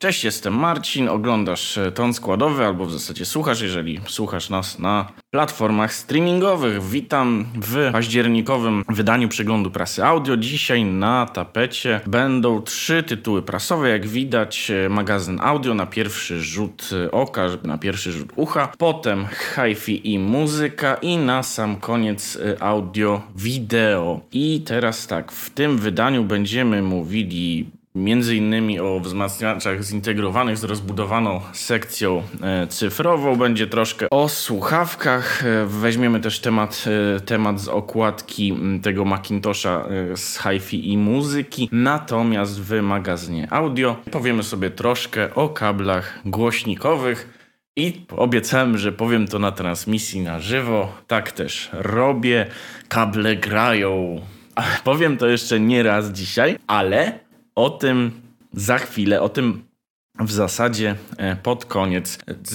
Cześć, jestem Marcin, oglądasz Ton Składowy, albo w zasadzie słuchasz, jeżeli słuchasz nas na platformach streamingowych. Witam w październikowym wydaniu przeglądu prasy audio. Dzisiaj na tapecie będą 3 tytuły prasowe, jak widać magazyn audio na pierwszy rzut oka, na pierwszy rzut ucha, potem hi-fi i muzyka i na sam koniec audio wideo. I teraz tak, w tym wydaniu będziemy mówili między innymi o wzmacniaczach zintegrowanych z rozbudowaną sekcją cyfrową. Będzie troszkę o słuchawkach. Weźmiemy też temat z okładki tego Macintosha z hi-fi i muzyki. Natomiast w magazynie audio powiemy sobie troszkę o kablach głośnikowych. I obiecałem, że powiem to na transmisji na żywo. Tak też robię. Kable grają. Powiem to jeszcze nie raz dzisiaj, ale o tym za chwilę, o tym w zasadzie pod koniec.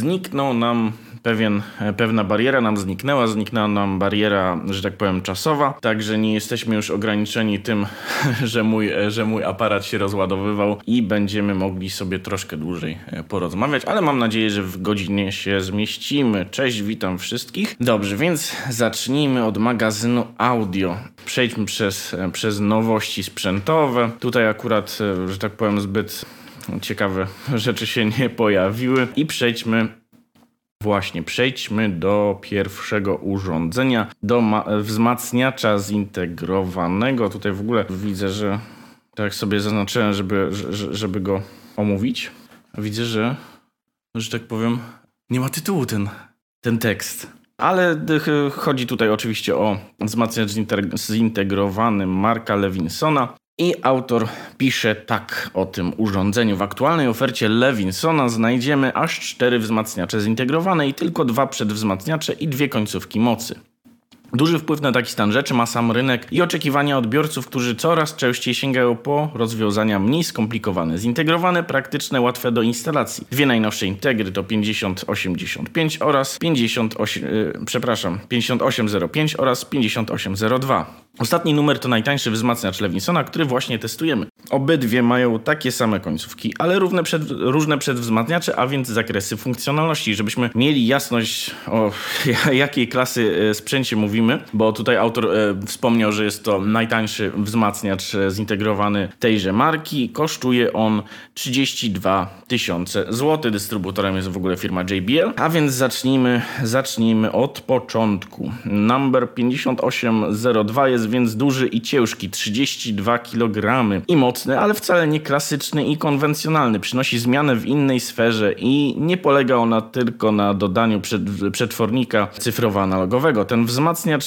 Pewna bariera nam zniknęła nam bariera, że tak powiem, czasowa, także nie jesteśmy już ograniczeni tym, że mój aparat się rozładowywał i będziemy mogli sobie troszkę dłużej porozmawiać, ale mam nadzieję, że w godzinie się zmieścimy. Cześć, witam wszystkich. Dobrze, więc zacznijmy od magazynu audio. Przejdźmy przez nowości sprzętowe. Tutaj akurat, że tak powiem, zbyt ciekawe rzeczy się nie pojawiły i przejdźmy do pierwszego urządzenia, do wzmacniacza zintegrowanego. Tutaj w ogóle widzę, że tak sobie zaznaczyłem, żeby go omówić. Widzę, że tak powiem, nie ma tytułu ten tekst. Ale chodzi tutaj oczywiście o wzmacniacz zintegrowany Marka Levinsona. I autor pisze tak o tym urządzeniu. W aktualnej ofercie Levinsona znajdziemy aż 4 wzmacniacze zintegrowane i tylko 2 przedwzmacniacze i 2 końcówki mocy. Duży wpływ na taki stan rzeczy ma sam rynek i oczekiwania odbiorców, którzy coraz częściej sięgają po rozwiązania mniej skomplikowane, zintegrowane, praktyczne, łatwe do instalacji. 2 najnowsze Integry to 5085 oraz 5805 oraz 5802. Ostatni numer to najtańszy wzmacniacz Levinsona, który właśnie testujemy. Obydwie mają takie same końcówki, ale różne przedwzmacniacze, a więc zakresy funkcjonalności. Żebyśmy mieli jasność, o jakiej klasy sprzęcie mówimy, bo tutaj autor wspomniał, że jest to najtańszy wzmacniacz zintegrowany tejże marki. Kosztuje on 32 000 zł. Dystrybutorem jest w ogóle firma JBL. A więc zacznijmy od początku. Number 5802 jest więc duży i ciężki, 32 kg i mocny, ale wcale nie klasyczny i konwencjonalny. Przynosi zmianę w innej sferze i nie polega ona tylko na dodaniu przetwornika cyfrowo-analogowego. Ten wzmacniacz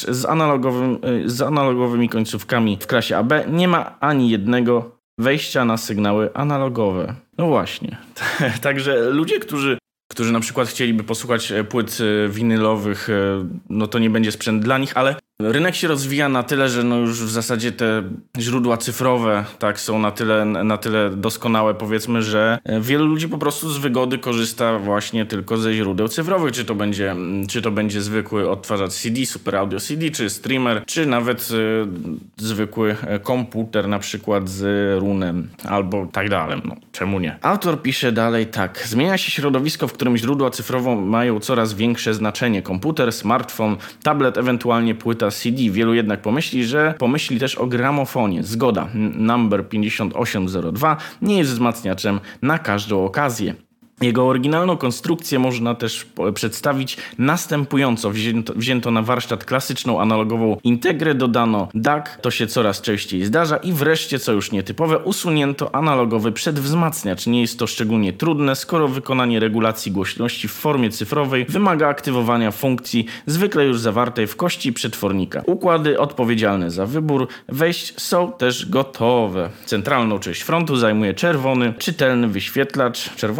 z analogowymi końcówkami w klasie AB nie ma ani jednego wejścia na sygnały analogowe. No właśnie. Także ludzie, którzy na przykład chcieliby posłuchać płyt winylowych, no to nie będzie sprzęt dla nich, ale rynek się rozwija na tyle, że no już w zasadzie te źródła cyfrowe tak są na tyle doskonałe, powiedzmy, że wielu ludzi po prostu z wygody korzysta właśnie tylko ze źródeł cyfrowych, czy to będzie zwykły odtwarzacz CD, Super Audio CD, czy streamer, czy nawet zwykły komputer, na przykład z runem, albo tak dalej. No, czemu nie? Autor pisze dalej tak. Zmienia się środowisko, w którym źródła cyfrowe mają coraz większe znaczenie. Komputer, smartfon, tablet, ewentualnie płyta CD. Wielu jednak pomyśli też o gramofonie. Zgoda. Number 5802 nie jest wzmacniaczem na każdą okazję. Jego oryginalną konstrukcję można też przedstawić następująco. Wzięto na warsztat klasyczną analogową Integrę, dodano DAC, to się coraz częściej zdarza i wreszcie, co już nietypowe, usunięto analogowy przedwzmacniacz. Nie jest to szczególnie trudne, skoro wykonanie regulacji głośności w formie cyfrowej wymaga aktywowania funkcji zwykle już zawartej w kości przetwornika. Układy odpowiedzialne za wybór wejść są też gotowe. Centralną część frontu zajmuje czerwony, czytelny wyświetlacz. Czerwony?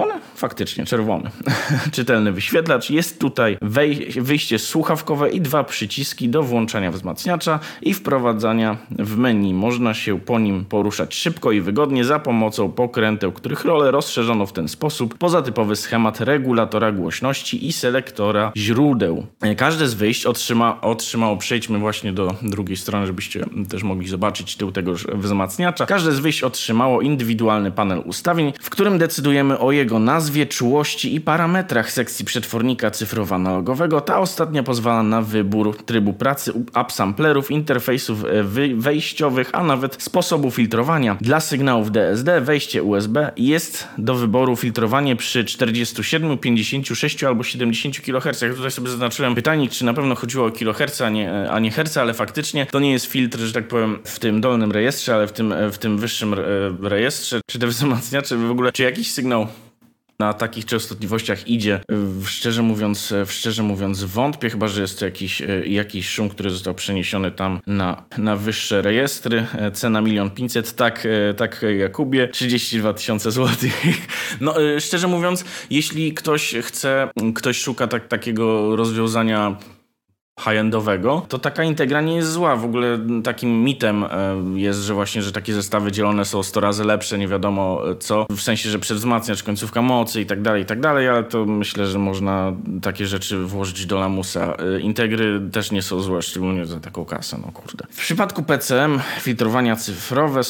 faktycznie czerwony. Czytelny wyświetlacz. Jest tutaj wyjście słuchawkowe i 2 przyciski do włączania wzmacniacza i wprowadzania w menu. Można się po nim poruszać szybko i wygodnie za pomocą pokręteł, których rolę rozszerzono w ten sposób poza typowy schemat regulatora głośności i selektora źródeł. Każde z wyjść otrzymało, przejdźmy właśnie do drugiej strony, żebyście też mogli zobaczyć tył tego wzmacniacza. Każde z wyjść otrzymało indywidualny panel ustawień, w którym decydujemy o jego nazwie, czułości i parametrach sekcji przetwornika cyfrowo-analogowego. Ta ostatnia pozwala na wybór trybu pracy upsamplerów, interfejsów wejściowych, a nawet sposobu filtrowania. Dla sygnałów DSD wejście USB jest do wyboru filtrowanie przy 47, 56 albo 70 kHz. Ja tutaj sobie zaznaczyłem pytajnik, czy na pewno chodziło o kiloherce, a nie herce, ale faktycznie to nie jest filtr, że tak powiem, w tym dolnym rejestrze, ale w tym wyższym rejestrze. Czy te wzmacniacze w ogóle, czy jakiś sygnał na takich częstotliwościach idzie? Szczerze mówiąc wątpię, chyba że jest to jakiś szum, który został przeniesiony tam na wyższe rejestry. Cena 1 500 000, tak Jakubie, 32 000 złotych. No szczerze mówiąc, jeśli ktoś szuka takiego rozwiązania high-endowego, to taka integra nie jest zła. W ogóle takim mitem jest, że właśnie, że takie zestawy dzielone są 100 razy lepsze, nie wiadomo co, w sensie, że przedwzmacniacz, końcówka mocy i tak dalej, ale to myślę, że można takie rzeczy włożyć do lamusa. Integry też nie są złe, szczególnie za taką kasę, no kurde. W przypadku PCM filtrowanie cyfrowe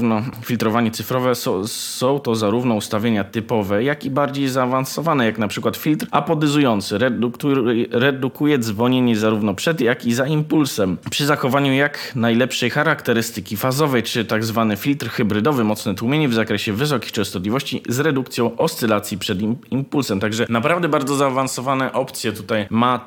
są to zarówno ustawienia typowe, jak i bardziej zaawansowane, jak na przykład filtr apodyzujący, redukuje dzwonienie zarówno przed, jak i za impulsem. Przy zachowaniu jak najlepszej charakterystyki fazowej, czy tak zwany filtr hybrydowy, mocne tłumienie w zakresie wysokich częstotliwości z redukcją oscylacji przed impulsem. Także naprawdę bardzo zaawansowane opcje tutaj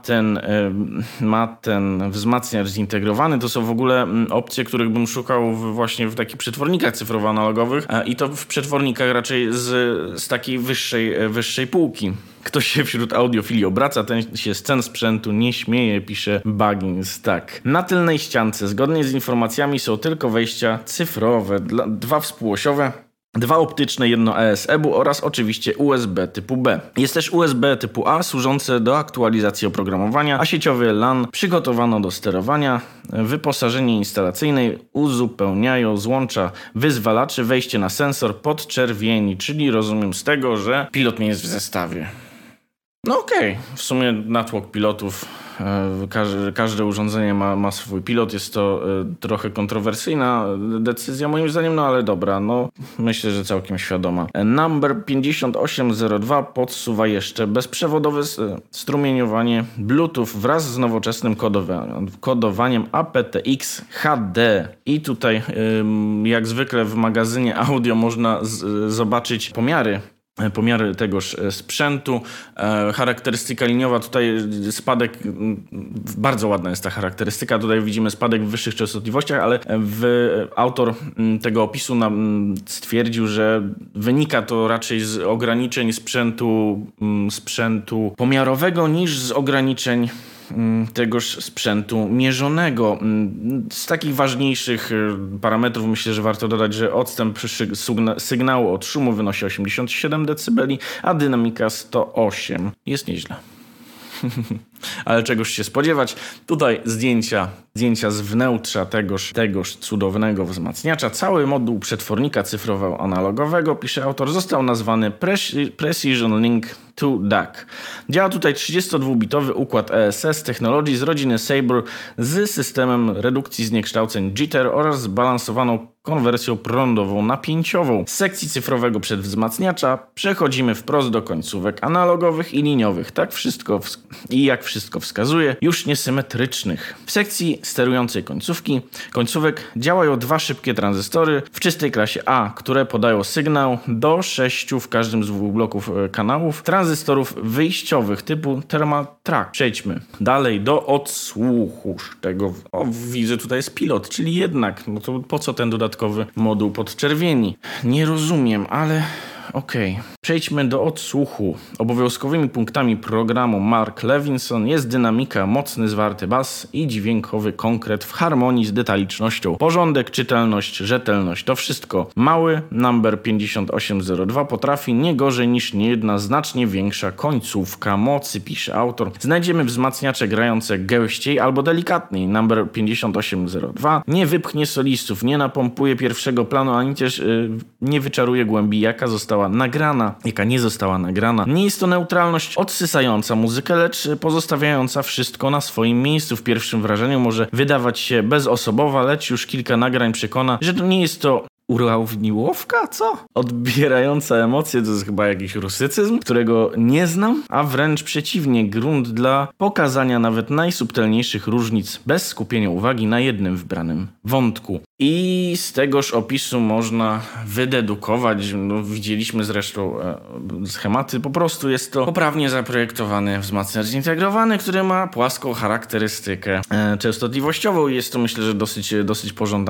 ma ten wzmacniacz zintegrowany. To są w ogóle opcje, których bym szukał właśnie w takich przetwornikach cyfrowo-analogowych i to w przetwornikach raczej z takiej wyższej półki. Ktoś się wśród audiofilii obraca, ten się z cen sprzętu nie śmieje, pisze Buggins. Tak. Na tylnej ściance, zgodnie z informacjami, są tylko wejścia cyfrowe, 2 współosiowe, 2 optyczne, 1 AS-EBU oraz oczywiście USB typu B. Jest też USB typu A służące do aktualizacji oprogramowania, a sieciowy LAN przygotowano do sterowania. Wyposażenie instalacyjne uzupełniają złącza wyzwalaczy, wejście na sensor podczerwieni, czyli rozumiem z tego, że pilot nie jest w zestawie. No okej. W sumie natłok pilotów, każde urządzenie ma swój pilot, jest to trochę kontrowersyjna decyzja moim zdaniem, no ale dobra, no myślę, że całkiem świadoma. Number 5802 podsuwa jeszcze bezprzewodowe strumieniowanie Bluetooth wraz z nowoczesnym kodowaniem aptX HD. I tutaj jak zwykle w magazynie audio można zobaczyć pomiary tegoż sprzętu. Charakterystyka liniowa, tutaj spadek, bardzo ładna jest ta charakterystyka, tutaj widzimy spadek w wyższych częstotliwościach, ale autor tego opisu stwierdził, że wynika to raczej z ograniczeń sprzętu pomiarowego niż z ograniczeń tegoż sprzętu mierzonego. Z takich ważniejszych parametrów myślę, że warto dodać, że odstęp sygnału od szumu wynosi 87 dB, a dynamika 108. Jest nieźle. Ale czegoś się spodziewać. Tutaj zdjęcia z wnętrza tegoż cudownego wzmacniacza. Cały moduł przetwornika cyfrowo-analogowego, pisze autor, został nazwany Precision Link 2 DAC. Działa tutaj 32-bitowy układ ESS technologii z rodziny Sabre z systemem redukcji zniekształceń jitter oraz zbalansowaną konwersją prądową napięciową. Z sekcji cyfrowego przedwzmacniacza przechodzimy wprost do końcówek analogowych i liniowych. Jak wszystko wskazuje, już niesymetrycznych. W sekcji sterującej końcówek działają 2 szybkie tranzystory w czystej klasie A, które podają sygnał do 6 w każdym z 2 bloków kanałów tranzystorów wyjściowych typu Thermal-Track. Przejdźmy dalej do odsłuchu tego. Widzę, tutaj jest pilot, czyli jednak, no to po co ten dodatkowy moduł podczerwieni? Nie rozumiem, ale Okej. Przejdźmy do odsłuchu. Obowiązkowymi punktami programu Mark Levinson jest dynamika, mocny, zwarty bas i dźwiękowy konkret w harmonii z detalicznością. Porządek, czytelność, rzetelność. To wszystko mały number 5802 potrafi nie gorzej niż niejedna znacznie większa końcówka mocy, pisze autor. Znajdziemy wzmacniacze grające gęściej albo delikatniej. Number 5802 nie wypchnie solistów, nie napompuje pierwszego planu, ani też nie wyczaruje głębi, jaka nie została nagrana. Nie jest to neutralność odsysająca muzykę, lecz pozostawiająca wszystko na swoim miejscu. W pierwszym wrażeniu może wydawać się bezosobowa, lecz już kilka nagrań przekona, że to nie jest to urałowniłowka, co? Odbierająca emocje, to jest chyba jakiś rusycyzm, którego nie znam, a wręcz przeciwnie, grunt dla pokazania nawet najsubtelniejszych różnic bez skupienia uwagi na jednym wybranym wątku. I z tegoż opisu można wydedukować, widzieliśmy zresztą schematy, po prostu jest to poprawnie zaprojektowany wzmacniacz zintegrowany, który ma płaską charakterystykę częstotliwościową i jest to, myślę, że dosyć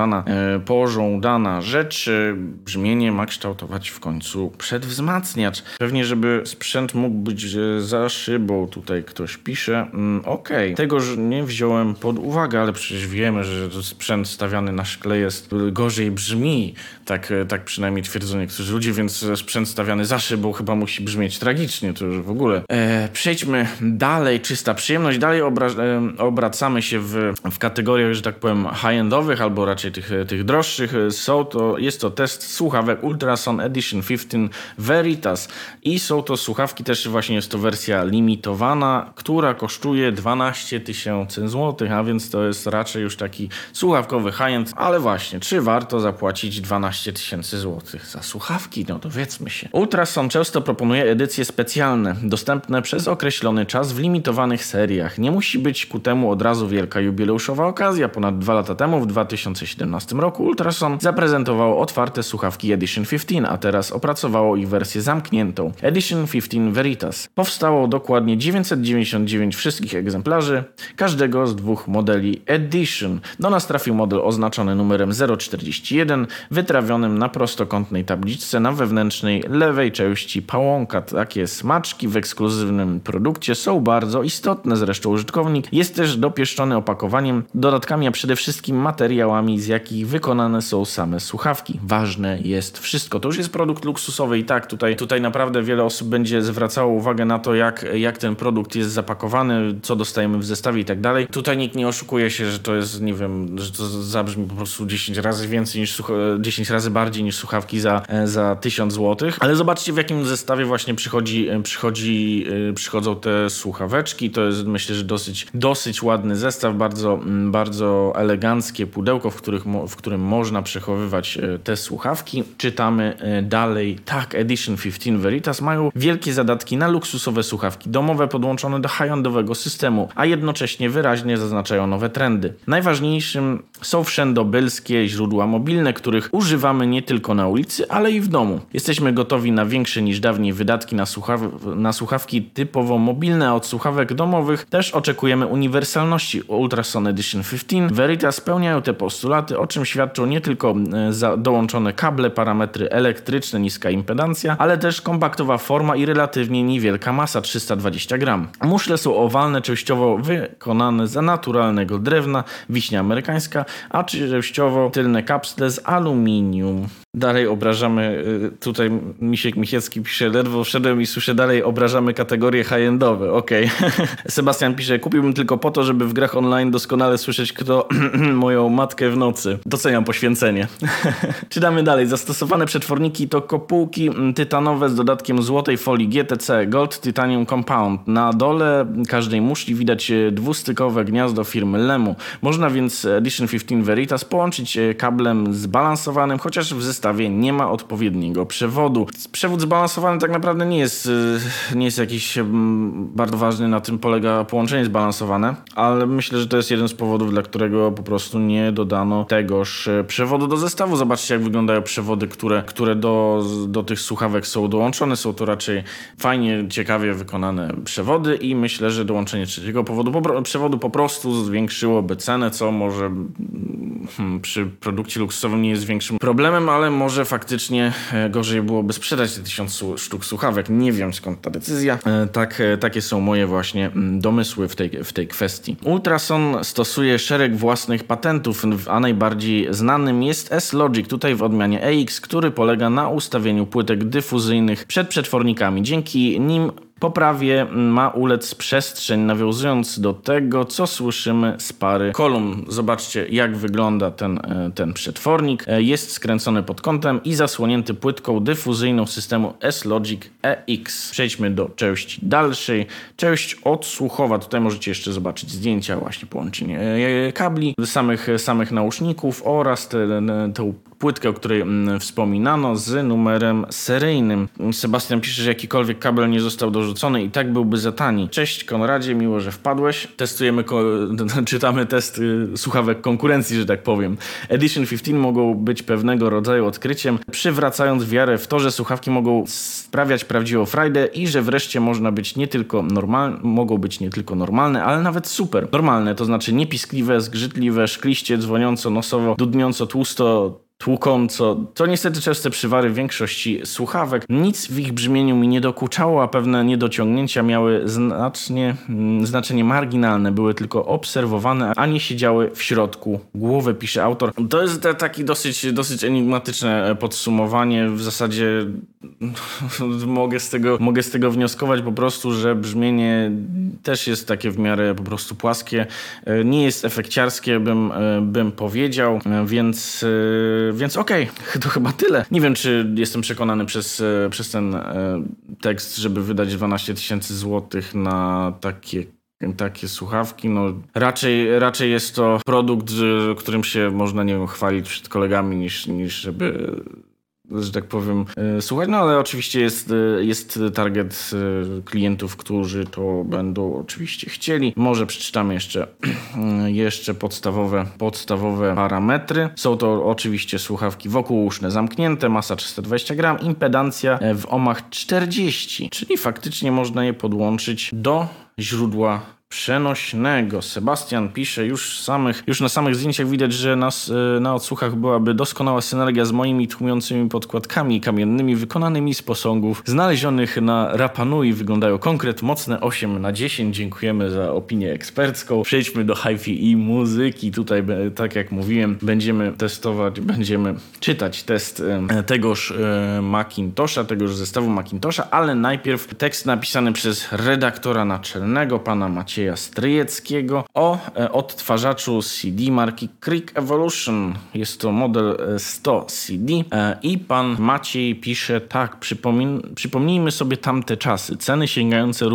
pożądana rzecz. Brzmienie ma kształtować w końcu przedwzmacniacz. Pewnie, żeby sprzęt mógł być za szybą, tutaj ktoś pisze. Okej. Tegoż nie wziąłem pod uwagę, ale przecież wiemy, że sprzęt stawiany na szkle gorzej brzmi, tak przynajmniej twierdzą niektórzy ludzie, więc sprzęt stawiany za szybą chyba musi brzmieć tragicznie, to już w ogóle. Przejdźmy dalej, czysta przyjemność, dalej obracamy się w kategoriach, że tak powiem, high-endowych, albo raczej tych droższych. Jest to test słuchawek Ultrason Edition 15 Veritas i są to słuchawki, też właśnie jest to wersja limitowana, która kosztuje 12 000 złotych, a więc to jest raczej już taki słuchawkowy high-end, ale właśnie, czy warto zapłacić 12 000 złotych za słuchawki? No dowiedzmy się. Ultrason często proponuje edycje specjalne, dostępne przez określony czas w limitowanych seriach. Nie musi być ku temu od razu wielka jubileuszowa okazja. Ponad 2 lata temu, w 2017 roku, Ultrason zaprezentowało otwarte słuchawki Edition 15, a teraz opracowało ich wersję zamkniętą. Edition 15 Veritas. Powstało dokładnie 999 wszystkich egzemplarzy, każdego z 2 modeli Edition. Do nas trafił model oznaczony numerem 041, wytrawionym na prostokątnej tabliczce na wewnętrznej lewej części pałąka. Takie smaczki w ekskluzywnym produkcie są bardzo istotne. Zresztą użytkownik jest też dopieszczony opakowaniem, dodatkami, a przede wszystkim materiałami, z jakich wykonane są same słuchawki. Ważne jest wszystko. To już jest produkt luksusowy i tak, tutaj naprawdę wiele osób będzie zwracało uwagę na to, jak ten produkt jest zapakowany, co dostajemy w zestawie i tak dalej. Tutaj nikt nie oszukuje się, że to jest, nie wiem, że to zabrzmi po prostu 10 razy więcej niż 10 razy bardziej niż słuchawki za 1000 zł. Ale zobaczcie, w jakim zestawie właśnie przychodzą te słuchaweczki. To jest, myślę, że dosyć ładny zestaw, bardzo eleganckie pudełko, w którym można przechowywać te słuchawki. Czytamy dalej. Tak, Edition 15 Veritas mają wielkie zadatki na luksusowe słuchawki domowe podłączone do high-endowego systemu, a jednocześnie wyraźnie zaznaczają nowe trendy. Najważniejszym są wszędobylskie źródła mobilne, których używamy nie tylko na ulicy, ale i w domu. Jesteśmy gotowi na większe niż dawniej wydatki na słuchawki typowo mobilne, a od słuchawek domowych też oczekujemy uniwersalności. Ultrason Edition 15 Veritas spełniają te postulaty, o czym świadczą nie tylko dołączone kable, parametry elektryczne, niska impedancja, ale też kompaktowa forma i relatywnie niewielka masa, 320 gram. Muszle są owalne, częściowo wykonane z naturalnego drewna, wiśnia amerykańska, a częściowo tylne kapsle z aluminium. Dalej obrażamy, tutaj Misiek Michiecki pisze, ledwo wszedłem i słyszę dalej, obrażamy kategorie high-endowe. Okej. Sebastian pisze, kupiłbym tylko po to, żeby w grach online doskonale słyszeć, kto moją matkę w nocy. Doceniam poświęcenie. Czytamy dalej. Zastosowane przetworniki to kopułki tytanowe z dodatkiem złotej folii GTC Gold Titanium Compound. Na dole każdej muszli widać dwustykowe gniazdo firmy Lemu. Można więc Edition 15 Veritas połączyć kablem zbalansowanym, chociaż w zestawie nie ma odpowiedniego przewodu. Przewód zbalansowany tak naprawdę nie jest jakiś bardzo ważny, na tym polega połączenie zbalansowane, ale myślę, że to jest jeden z powodów, dla którego po prostu nie dodano tegoż przewodu do zestawu. Zobaczcie, jak wyglądają przewody, które do tych słuchawek są dołączone. Są to raczej fajnie, ciekawie wykonane przewody i myślę, że dołączenie trzeciego przewodu po prostu zwiększyłoby cenę, co przy produkcie luksusowym nie jest większym problemem, ale może faktycznie gorzej byłoby sprzedać te 1000 sztuk słuchawek. Nie wiem, skąd ta decyzja. Takie są moje właśnie domysły w tej kwestii. Ultrason stosuje szereg własnych patentów, a najbardziej znanym jest S-Logic, tutaj w odmianie EX, który polega na ustawieniu płytek dyfuzyjnych przed przetwornikami. Dzięki nim poprawie ma ulec przestrzeń, nawiązując do tego, co słyszymy z pary kolumn. Zobaczcie, jak wygląda ten przetwornik. Jest skręcony pod kątem i zasłonięty płytką dyfuzyjną systemu S-Logic EX. Przejdźmy do części dalszej. Część odsłuchowa. Tutaj możecie jeszcze zobaczyć zdjęcia, właśnie połączenie kabli, samych nauszników oraz tę płytkę, o której wspominano, z numerem seryjnym. Sebastian pisze, że jakikolwiek kabel nie został dorzucony i tak byłby za tani. Cześć Konradzie, miło, że wpadłeś. Czytamy test słuchawek konkurencji, że tak powiem. Edition 15 mogą być pewnego rodzaju odkryciem, przywracając wiarę w to, że słuchawki mogą sprawiać prawdziwą frajdę i że wreszcie mogą być nie tylko normalne, ale nawet super. Normalne, to znaczy niepiskliwe, zgrzytliwe, szkliście, dzwoniąco, nosowo, dudniąco, tłusto, tłukąco. To niestety częste przywary większości słuchawek. Nic w ich brzmieniu mi nie dokuczało, a pewne niedociągnięcia miały znaczenie marginalne. Były tylko obserwowane, a nie siedziały w środku głowy, pisze autor. To jest taki dosyć enigmatyczne podsumowanie. W zasadzie mogę z tego wnioskować po prostu, że brzmienie też jest takie w miarę po prostu płaskie. Nie jest efekciarskie, bym powiedział, więc okej, to chyba tyle. Nie wiem, czy jestem przekonany przez ten tekst, żeby wydać 12 000 złotych na takie słuchawki. No, raczej jest to produkt, którym się można, nie wiem, chwalić przed kolegami, niż żeby, że tak powiem, słuchać. No ale oczywiście jest target klientów, którzy to będą oczywiście chcieli. Może przeczytamy jeszcze podstawowe parametry. Są to oczywiście słuchawki wokółuszne zamknięte, masa 320 gram, impedancja w ohmach 40, czyli faktycznie można je podłączyć do źródła przenośnego. Sebastian pisze, już na samych zdjęciach widać, że na odsłuchach byłaby doskonała synergia z moimi tłumiącymi podkładkami kamiennymi wykonanymi z posągów znalezionych na Rapa Nui. Wyglądają konkret mocne 8/10. Dziękujemy za opinię ekspercką. Przejdźmy do hi-fi i muzyki. Tutaj, tak jak mówiłem, będziemy czytać test tegoż Macintosha, tegoż zestawu Macintosha, ale najpierw tekst napisany przez redaktora naczelnego, pana Macieja Stryjeckiego, o odtwarzaczu CD marki Krieg Evolution. Jest to model 100 CD i pan Maciej pisze tak: przypomnijmy sobie tamte czasy. Ceny sięgające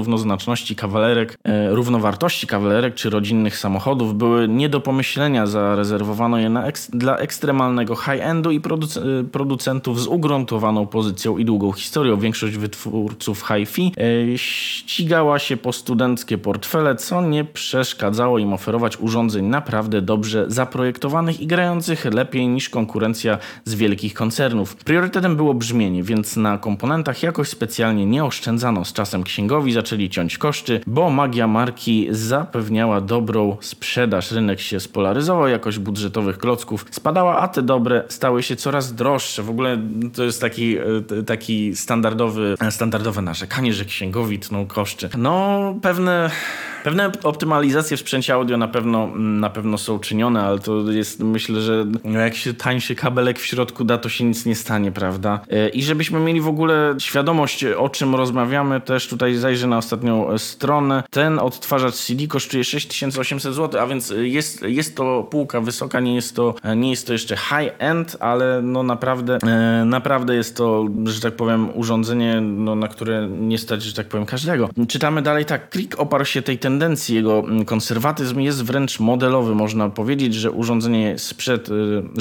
równowartości kawalerek czy rodzinnych samochodów były nie do pomyślenia. Zarezerwowano je dla ekstremalnego high-endu i producentów z ugruntowaną pozycją i długą historią. Większość wytwórców hi-fi ścigała się po studenckie portfele, co nie przeszkadzało im oferować urządzeń naprawdę dobrze zaprojektowanych i grających lepiej niż konkurencja z wielkich koncernów. Priorytetem było brzmienie, więc na komponentach jakoś specjalnie nie oszczędzano. Z czasem księgowi zaczęli ciąć koszty, bo magia marki zapewniała dobrą sprzedaż. Rynek się spolaryzował, jakość budżetowych klocków spadała, a te dobre stały się coraz droższe. W ogóle to jest taki standardowe narzekanie, że księgowi tną koszty. No, pewne optymalizacje w sprzęcie audio na pewno są czynione, ale to jest, myślę, że jak się tańszy kabelek w środku da, to się nic nie stanie, prawda? I żebyśmy mieli w ogóle świadomość, o czym rozmawiamy, też tutaj zajrzę na ostatnią stronę. Ten odtwarzacz CD kosztuje 6800 zł, a więc jest to półka wysoka, nie jest to jeszcze high-end, ale no naprawdę jest to, że tak powiem, urządzenie, no, na które nie stać, że tak powiem, każdego. Czytamy dalej tak: Krieg oparł się tej tendencji. Jego konserwatyzm jest wręcz modelowy. Można powiedzieć, że urządzenia sprzed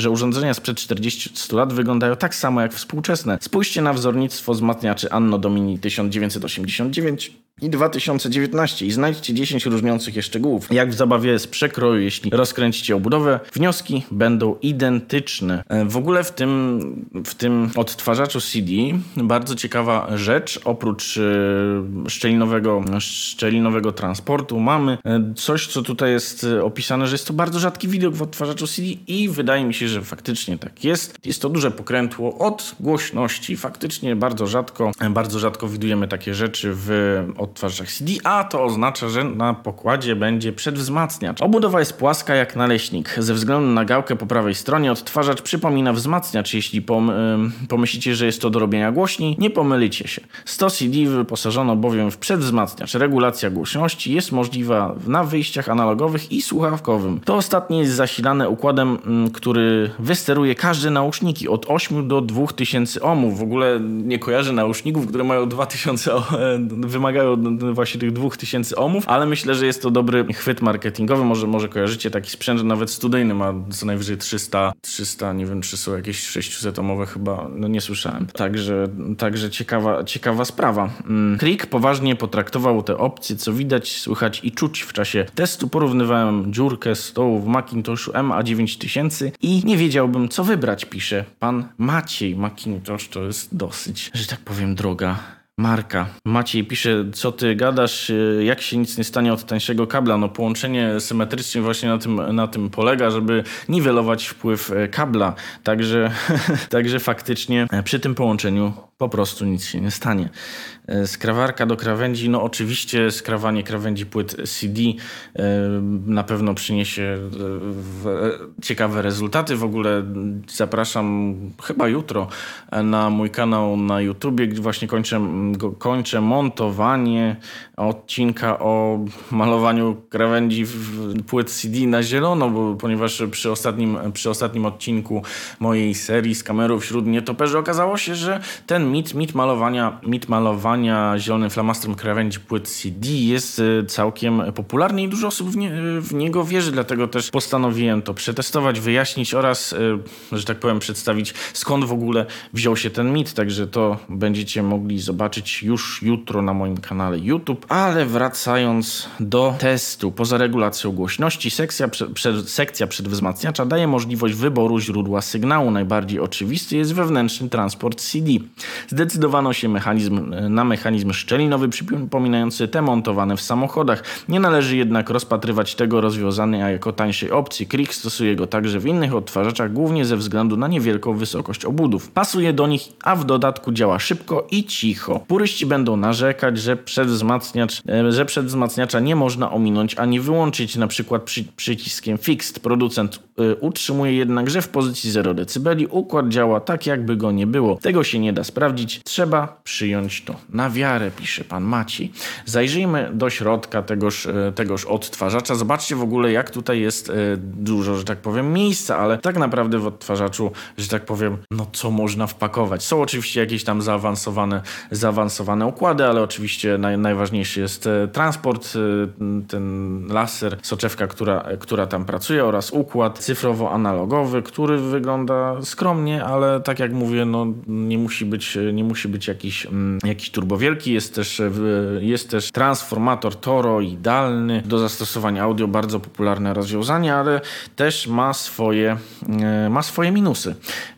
40-100 lat wyglądają tak samo jak współczesne. Spójrzcie na wzornictwo wzmacniaczy Anno Domini 1989 i 2019 i znajdźcie 10 różniących je szczegółów. Jak w zabawie z przekroju, jeśli rozkręcicie obudowę, wnioski będą identyczne. W ogóle w tym odtwarzaczu CD bardzo ciekawa rzecz, oprócz szczelinowego transportu mamy coś, co tutaj jest opisane, że jest to bardzo rzadki widok w odtwarzaczu CD i wydaje mi się, że faktycznie tak jest. Jest to duże pokrętło od głośności. Faktycznie bardzo rzadko widujemy takie rzeczy w odtwarzaczach CD, a to oznacza, że na pokładzie będzie przedwzmacniacz. Obudowa jest płaska jak naleśnik. Ze względu na gałkę po prawej stronie odtwarzacz przypomina wzmacniacz. Jeśli pomyślicie, że jest to do robienia głośniej, nie pomylicie się. 100 CD wyposażono bowiem w przedwzmacniacz. Regulacja głośności jest możliwa na wyjściach analogowych i słuchawkowym. To ostatnie jest zasilane układem, który wysteruje każde nauczniki od 8 do 2000 ohmów. W ogóle nie kojarzę nauszników, które mają 2000 wymagają właśnie tych 2000 ohmów, ale myślę, że jest to dobry chwyt marketingowy. Może kojarzycie taki sprzęt, nawet studyjny ma co najwyżej 300, nie wiem, czy są jakieś 600 ohmowe chyba, no nie słyszałem. Także ciekawa sprawa. Crick poważnie potraktował te opcje, co widać, słychać i czuć w czasie testu. Porównywałem dziurkę stołu w Macintoshu MA9000 i nie wiedziałbym, co wybrać, pisze pan Maciej. Macintosh to jest dosyć, że tak powiem, droga marka. Maciej pisze, co ty gadasz, jak się nic nie stanie od tańszego kabla. No połączenie symetrycznie właśnie na tym polega, żeby niwelować wpływ kabla. Także faktycznie przy tym połączeniu po prostu nic się nie stanie. Skrawarka do krawędzi, no oczywiście skrawanie krawędzi płyt CD na pewno przyniesie ciekawe rezultaty. W ogóle zapraszam chyba jutro na mój kanał na YouTubie, gdzie właśnie kończę montowanie odcinka o malowaniu krawędzi płyt CD na zielono, ponieważ przy ostatnim odcinku mojej serii z kamerą wśród nietoperzy okazało się, że ten mit malowania zielonym flamastrem krawędzi płyt CD jest całkiem popularny i dużo osób w niego wierzy, dlatego też postanowiłem to przetestować, wyjaśnić oraz, że tak powiem, przedstawić, skąd w ogóle wziął się ten mit, także to będziecie mogli zobaczyć już jutro na moim kanale YouTube. Ale wracając do testu, poza regulacją głośności, sekcja przedwzmacniacza daje możliwość wyboru źródła sygnału. Najbardziej oczywisty jest wewnętrzny transport CD. Zdecydowano się na mechanizm szczelinowy przypominający te montowane w samochodach. Nie należy jednak rozpatrywać tego rozwiązania jako tańszej opcji. Crick stosuje go także w innych odtwarzaczach, głównie ze względu na niewielką wysokość obudów. Pasuje do nich, a w dodatku działa szybko i cicho. Puryści będą narzekać, że przedwzmacniacza nie można ominąć ani wyłączyć, na przykład przyciskiem Fixed. Producent utrzymuje jednak, że w pozycji 0 dB układ działa tak, jakby go nie było. Tego się nie da sprawdzić, trzeba przyjąć to na wiarę, pisze pan Maciej. Zajrzyjmy do środka tegoż odtwarzacza. Zobaczcie w ogóle, jak tutaj jest dużo, że tak powiem, miejsca, ale tak naprawdę w odtwarzaczu, że tak powiem, no co można wpakować. Są oczywiście jakieś tam zaawansowane układy, ale oczywiście najważniejszy jest transport, ten laser, soczewka, która tam pracuje, oraz układ cyfrowo-analogowy, który wygląda skromnie, ale tak jak mówię, no nie musi być jakiś turbowielki. Jest też transformator toroidalny do zastosowania audio, bardzo popularne rozwiązanie, ale też ma swoje minusy.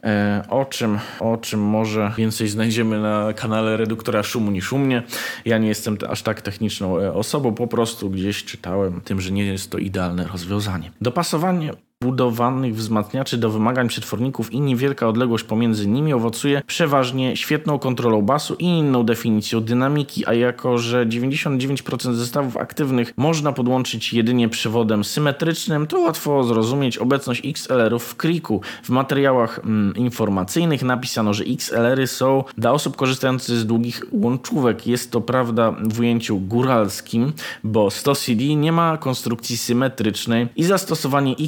O czym może więcej znajdziemy na kanale reduktora szumu niż u mnie. Ja nie jestem aż tak techniczną osobą, po prostu gdzieś czytałem tym, że nie jest to idealne rozwiązanie. Dopasowanie budowanych wzmacniaczy do wymagań przetworników i niewielka odległość pomiędzy nimi owocuje przeważnie świetną kontrolą basu i inną definicją dynamiki, a jako że 99% zestawów aktywnych można podłączyć jedynie przewodem symetrycznym, to łatwo zrozumieć obecność XLR-ów w Cricku. W materiałach informacyjnych napisano, że XLR-y są dla osób korzystających z długich łączówek. Jest to prawda w ujęciu góralskim, bo 100 CD nie ma konstrukcji symetrycznej i zastosowanie XLR-ów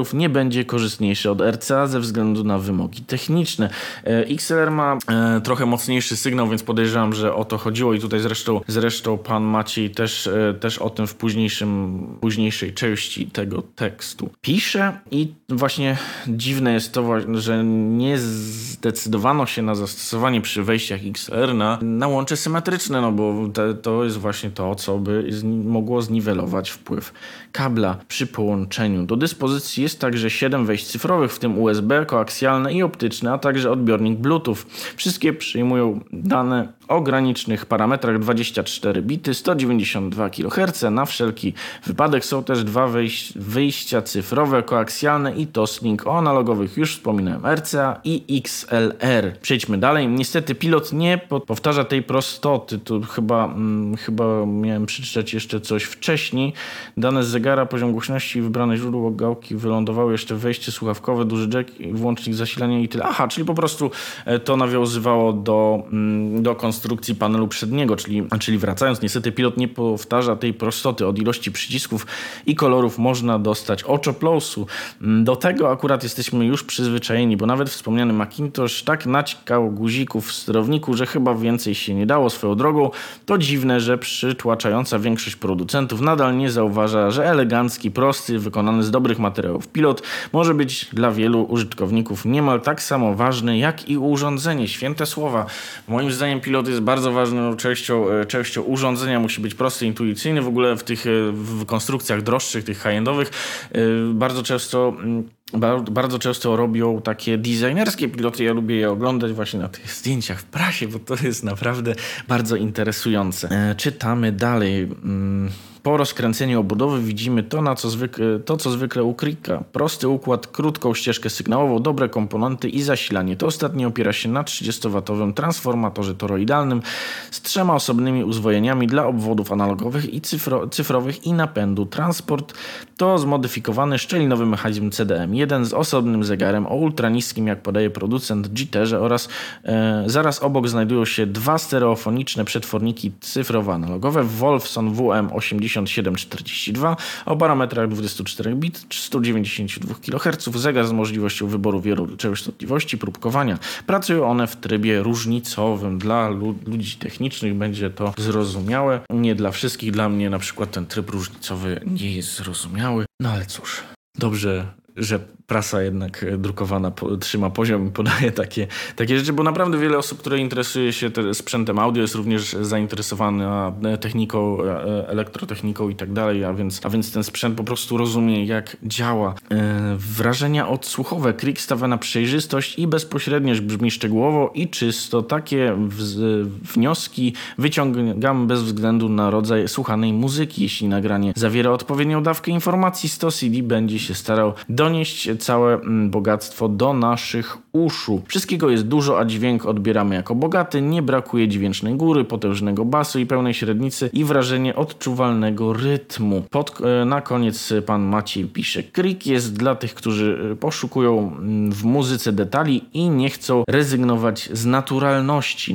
XLR-ów nie będzie korzystniejszy od RCA ze względu na wymogi techniczne. XLR ma trochę mocniejszy sygnał, więc podejrzewam, że o to chodziło i tutaj zresztą pan Maciej też o tym w późniejszej części tego tekstu pisze i właśnie dziwne jest to, że nie zdecydowano się na zastosowanie przy wejściach XLR na łącze symetryczne, no bo to jest właśnie to, co by mogło zniwelować wpływ kabla przy połączeniu. Do dyspozycji jest także 7 wejść cyfrowych, w tym USB, koaksjalne i optyczne, a także odbiornik Bluetooth. Wszystkie przyjmują dane o granicznych parametrach 24 bity, 192 kHz. Na wszelki wypadek są też 2 wyjścia cyfrowe, koaksjalne i Toslink. O analogowych już wspominałem, RCA i XLR. Przejdźmy dalej. Niestety pilot nie powtarza tej prostoty. Tu chyba miałem przeczytać jeszcze coś wcześniej. Dane z zegara, poziom głośności i wybrane źródło gałki wylądowały jeszcze wejście słuchawkowe, duży jack, włącznik zasilania i tyle. Aha, czyli po prostu to nawiązywało do konstrukcji panelu przedniego, czyli wracając, niestety pilot nie powtarza tej prostoty. Od ilości przycisków i kolorów można dostać oczoplosu. Do tego akurat jesteśmy już przyzwyczajeni, bo nawet wspomniany Macintosh tak naciskał guzików w sterowniku, że chyba więcej się nie dało. Swoją drogą to dziwne, że przytłaczająca większość producentów nadal nie zauważa, że elegancki, prosty, wykonany z dobrych materiałów pilot może być dla wielu użytkowników niemal tak samo ważny jak i urządzenie. Święte słowa. Moim zdaniem pilot jest bardzo ważną częścią urządzenia. Musi być prosty, intuicyjny. W ogóle w tych konstrukcjach droższych, tych high-endowych bardzo często robią takie designerskie piloty. Ja lubię je oglądać właśnie na tych zdjęciach w prasie, bo to jest naprawdę bardzo interesujące. Czytamy dalej. Po rozkręceniu obudowy widzimy to, co zwykle u Cricka. Prosty układ, krótką ścieżkę sygnałową, dobre komponenty i zasilanie. To ostatnie opiera się na 30W transformatorze toroidalnym z 3 osobnymi uzwojeniami dla obwodów analogowych i cyfrowych i napędu. Transport to zmodyfikowany szczelinowy mechanizm CDM1 z osobnym zegarem o ultraniskim, jak podaje producent, jitterze oraz zaraz obok znajdują się 2 stereofoniczne przetworniki cyfrowo-analogowe Wolfson WM8742 o parametrach 24 bit, 192 kHz, zegar z możliwością wyboru wielu częstotliwości próbkowania. Pracują one w trybie różnicowym. Dla ludzi technicznych będzie to zrozumiałe. Nie dla wszystkich. Dla mnie na przykład ten tryb różnicowy nie jest zrozumiały. No ale cóż, dobrze, że prasa jednak drukowana trzyma poziom i podaje takie rzeczy, bo naprawdę wiele osób, które interesuje się sprzętem audio, jest również zainteresowana techniką, elektrotechniką i tak dalej, a więc ten sprzęt po prostu rozumie, jak działa. Wrażenia odsłuchowe. Crick stawia na przejrzystość i bezpośredniość, brzmi szczegółowo i czysto. Takie wnioski wyciągam bez względu na rodzaj słuchanej muzyki. Jeśli nagranie zawiera odpowiednią dawkę informacji, Stos CD będzie się starał donieść całe bogactwo do naszych uszu. Wszystkiego jest dużo, a dźwięk odbieramy jako bogaty. Nie brakuje dźwięcznej góry, potężnego basu i pełnej średnicy i wrażenie odczuwalnego rytmu. Na koniec pan Maciej pisze: Crick jest dla tych, którzy poszukują w muzyce detali i nie chcą rezygnować z naturalności.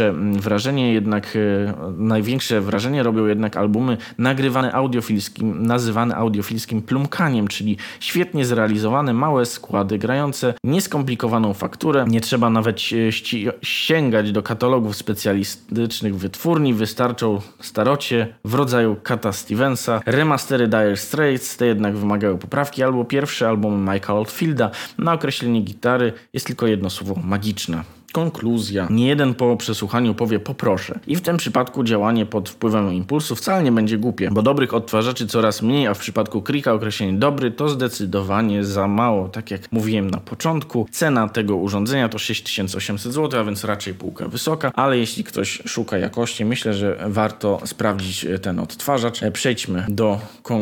Największe wrażenie robią jednak albumy nazywane audiofilskim plumkaniem, czyli świetnie zrealizowane, małe składy, grające nieskomplikowaną fakturę. Nie trzeba nawet sięgać do katalogów specjalistycznych wytwórni. Wystarczą starocie w rodzaju Cata Stevensa. Remastery Dire Straits te jednak wymagają poprawki. Albo pierwsze albumy Mike'a Oldfielda. Na określenie gitary jest tylko jedno słowo: magiczna. Konkluzja. Niejeden po przesłuchaniu powie poproszę. I w tym przypadku działanie pod wpływem impulsu wcale nie będzie głupie, bo dobrych odtwarzaczy coraz mniej, a w przypadku Cricka określenie dobry to zdecydowanie za mało. Tak jak mówiłem na początku, cena tego urządzenia to 6800 zł, a więc raczej półka wysoka, ale jeśli ktoś szuka jakości, myślę, że warto sprawdzić ten odtwarzacz. Przejdźmy do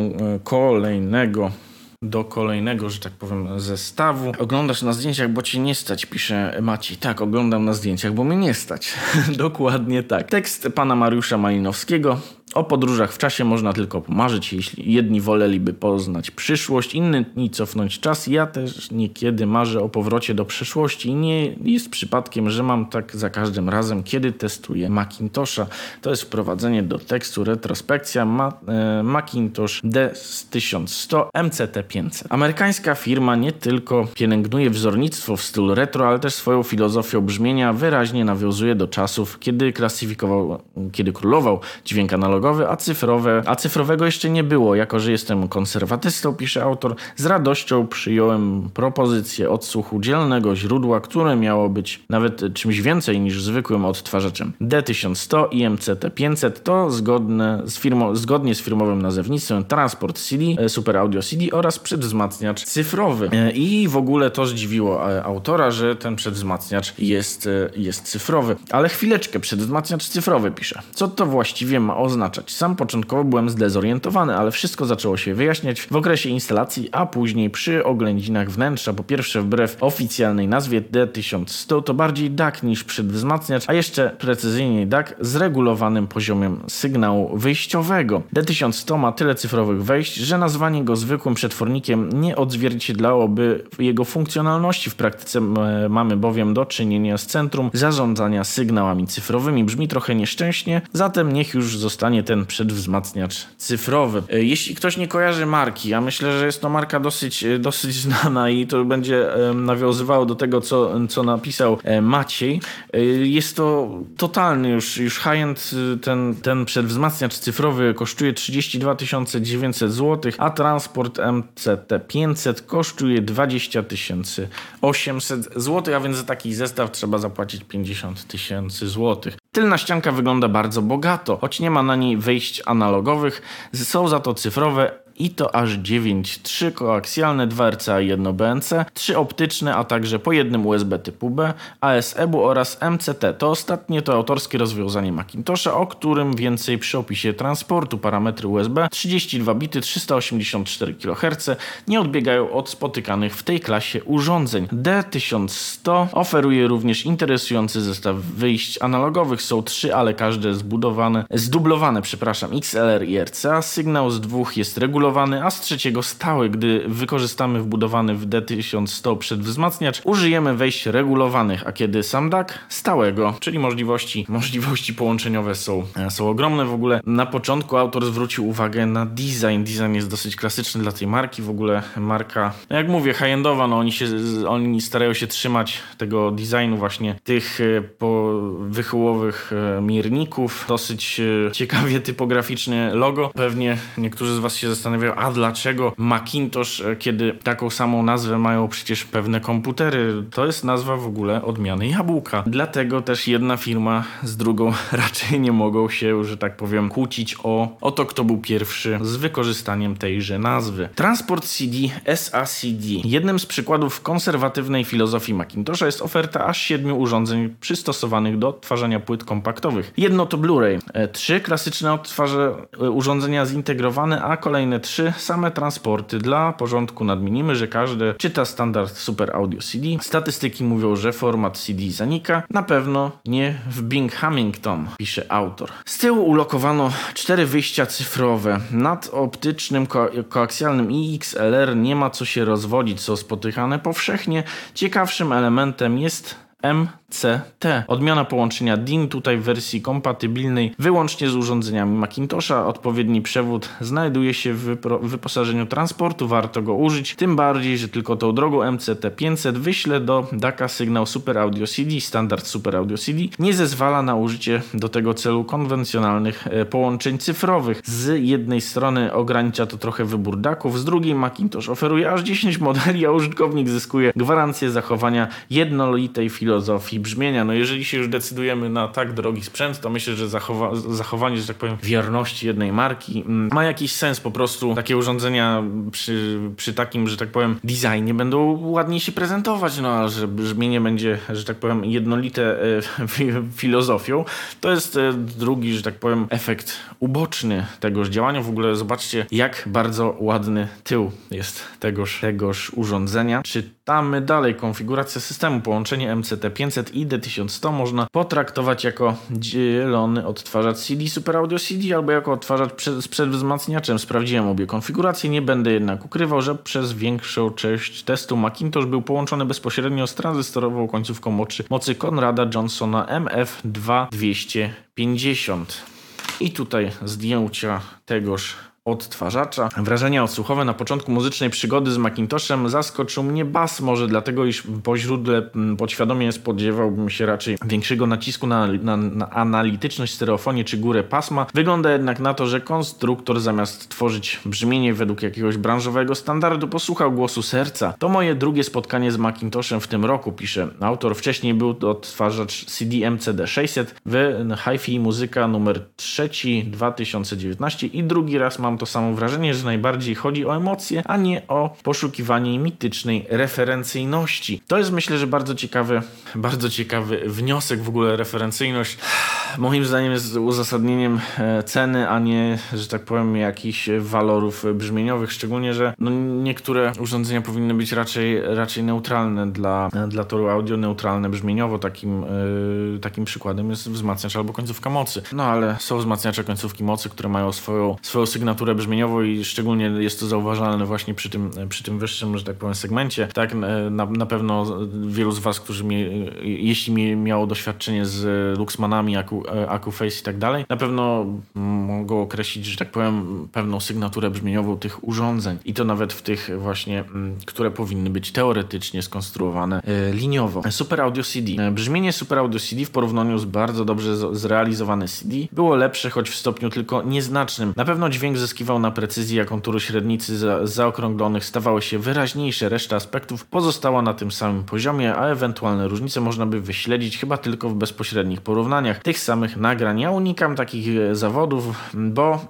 kolejnego, że tak powiem, zestawu. Oglądasz na zdjęciach, bo cię nie stać, pisze Maciej. Tak, oglądam na zdjęciach, bo mnie nie stać. Dokładnie tak. Tekst pana Mariusza Malinowskiego. O podróżach w czasie można tylko pomarzyć, jeśli jedni woleliby poznać przyszłość, inni cofnąć czas. Ja też niekiedy marzę o powrocie do przeszłości i nie jest przypadkiem, że mam tak za każdym razem, kiedy testuję Macintosha. To jest wprowadzenie do tekstu, retrospekcja Macintosh D1100 MCT500. Amerykańska firma nie tylko pielęgnuje wzornictwo w stylu retro, ale też swoją filozofią brzmienia wyraźnie nawiązuje do czasów, kiedy królował dźwięk analogowy, a cyfrowego jeszcze nie było. Jako że jestem konserwatystą, pisze autor, z radością przyjąłem propozycję odsłuchu dzielnego źródła, które miało być nawet czymś więcej niż zwykłym odtwarzaczem. D1100 i MCT500 to zgodnie z firmowym nazewnictwem transport CD, Super Audio CD oraz przedwzmacniacz cyfrowy. I w ogóle to zdziwiło autora, że ten przedwzmacniacz jest cyfrowy. Ale chwileczkę, przedwzmacniacz cyfrowy pisze. Co to właściwie ma oznaczać? Sam początkowo byłem zdezorientowany, ale wszystko zaczęło się wyjaśniać w okresie instalacji, a później przy oględzinach wnętrza. Po pierwsze, wbrew oficjalnej nazwie D1100 to bardziej DAC niż przedwzmacniacz, a jeszcze precyzyjniej DAC z regulowanym poziomem sygnału wyjściowego. D1100 ma tyle cyfrowych wejść, że nazwanie go zwykłym przetwornikiem nie odzwierciedlałoby jego funkcjonalności. W praktyce mamy bowiem do czynienia z centrum zarządzania sygnałami cyfrowymi. Brzmi trochę nieszczęśnie, zatem niech już zostanie ten przedwzmacniacz cyfrowy. Jeśli ktoś nie kojarzy marki, ja myślę, że jest to marka dosyć znana i to będzie nawiązywało do tego, co napisał Maciej. Jest to totalny już high-end, ten przedwzmacniacz cyfrowy kosztuje 32 900 zł, a transport MCT500 kosztuje 20 800 zł, a więc za taki zestaw trzeba zapłacić 50 000 zł. Tylna ścianka wygląda bardzo bogato, choć nie ma na niej wejść analogowych, są za to cyfrowe i to aż 9, 3 koaksjalne, 2 RCA i 1 BNC, 3 optyczne, a także po jednym USB typu B, ASE-bu oraz MCT. To ostatnie to autorskie rozwiązanie Macintosha, o którym więcej przy opisie transportu. Parametry USB 32 bity, 384 kHz nie odbiegają od spotykanych w tej klasie urządzeń. D1100 oferuje również interesujący zestaw wyjść analogowych. Są 3, ale każde zdublowane, XLR i RCA. Sygnał z 2 jest regulowany, a z 3 stały. Gdy wykorzystamy wbudowany w D1100 przedwzmacniacz, użyjemy wejść regulowanych, a kiedy sam DAC stałego, czyli możliwości połączeniowe są ogromne. W ogóle na początku autor zwrócił uwagę na design. Design jest dosyć klasyczny dla tej marki. W ogóle marka, jak mówię, high-endowa, oni starają się trzymać tego designu właśnie tych wychyłowych mierników. Dosyć ciekawie typograficznie logo. Pewnie niektórzy z was się zastanawiają, a dlaczego Macintosh, kiedy taką samą nazwę mają przecież pewne komputery? To jest nazwa w ogóle odmiany jabłka. Dlatego też jedna firma z drugą raczej nie mogą się, że tak powiem, kłócić o to, kto był pierwszy z wykorzystaniem tejże nazwy. Transport CD SACD. Jednym z przykładów konserwatywnej filozofii Macintosha jest oferta aż 7 urządzeń przystosowanych do odtwarzania płyt kompaktowych. Jedno to Blu-ray, 3 klasyczne urządzenia zintegrowane, a kolejne 3 same transporty. Dla porządku nadmienimy, że każdy czyta standard Super Audio CD. Statystyki mówią, że format CD zanika. Na pewno nie w Binghamton, pisze autor. Z tyłu ulokowano 4 wyjścia cyfrowe. Nad optycznym, koaksjalnym i XLR nie ma co się rozwodzić. Są spotykane powszechnie. Ciekawszym elementem jest MCT. Odmiana połączenia DIN tutaj w wersji kompatybilnej wyłącznie z urządzeniami Macintosha. Odpowiedni przewód znajduje się w wyposażeniu transportu. Warto go użyć, tym bardziej, że tylko tą drogą MCT500 wyśle do DAC-a sygnał Super Audio CD. Standard Super Audio CD nie zezwala na użycie do tego celu konwencjonalnych połączeń cyfrowych. Z jednej strony ogranicza to trochę wybór DAC-ów, z drugiej Macintosh oferuje aż 10 modeli, a użytkownik zyskuje gwarancję zachowania jednolitej filozofii brzmienia. No jeżeli się już decydujemy na tak drogi sprzęt, to myślę, że zachowanie, że tak powiem, wierności jednej marki ma jakiś sens. Po prostu takie urządzenia przy takim, że tak powiem, designie będą ładniej się prezentować, no a że brzmienie będzie, że tak powiem, jednolite filozofią, to jest drugi, że tak powiem, efekt uboczny tegoż działania. W ogóle zobaczcie, jak bardzo ładny tył jest tegoż urządzenia. Czy Czytamy dalej. Konfiguracja systemu. Połączenie MCT500 i D1100 można potraktować jako dzielony odtwarzacz CD Super Audio CD albo jako odtwarzacz z przedwzmacniaczem. Sprawdziłem obie konfiguracje, nie będę jednak ukrywał, że przez większą część testu Macintosh był połączony bezpośrednio z tranzystorową końcówką mocy Conrada Johnsona MF2250. I tutaj zdjęcia tegoż odtwarzacza. Wrażenia odsłuchowe. Na początku muzycznej przygody z Macintoshem zaskoczył mnie bas, może dlatego, iż po źródle podświadomie spodziewałbym się raczej większego nacisku na analityczność, stereofonię czy górę pasma. Wygląda jednak na to, że konstruktor zamiast tworzyć brzmienie według jakiegoś branżowego standardu posłuchał głosu serca. To moje drugie spotkanie z Macintoshem w tym roku, pisze autor. Wcześniej był to odtwarzacz CD MCD600 w Hi-Fi Muzyka numer 3 2019 i drugi raz mam to samo wrażenie, że najbardziej chodzi o emocje, a nie o poszukiwanie mitycznej referencyjności. To jest, myślę, że bardzo ciekawy wniosek w ogóle. Referencyjność moim zdaniem jest uzasadnieniem ceny, a nie, że tak powiem, jakichś walorów brzmieniowych, szczególnie, że niektóre urządzenia powinny być raczej neutralne dla toru audio, neutralne brzmieniowo. Takim przykładem jest wzmacniacz albo końcówka mocy. No ale są wzmacniacze końcówki mocy, które mają swoją sygnaturę brzmieniową i szczególnie jest to zauważalne właśnie przy tym wyższym, że tak powiem, segmencie. Tak, na pewno wielu z was, jeśli miało doświadczenie z Luxmanami, Acouface i tak dalej, na pewno mogą określić, że tak powiem, pewną sygnaturę brzmieniową tych urządzeń. I to nawet w tych właśnie, które powinny być teoretycznie skonstruowane liniowo. Super Audio CD. Brzmienie Super Audio CD w porównaniu z bardzo dobrze zrealizowane CD było lepsze, choć w stopniu tylko nieznacznym. Na pewno dźwięk zyskiwał na precyzji, a kontury średnicy zaokrąglonych stawały się wyraźniejsze. Reszta aspektów pozostała na tym samym poziomie, a ewentualne różnice można by wyśledzić chyba tylko w bezpośrednich porównaniach tych samych nagrań. Ja unikam takich zawodów, bo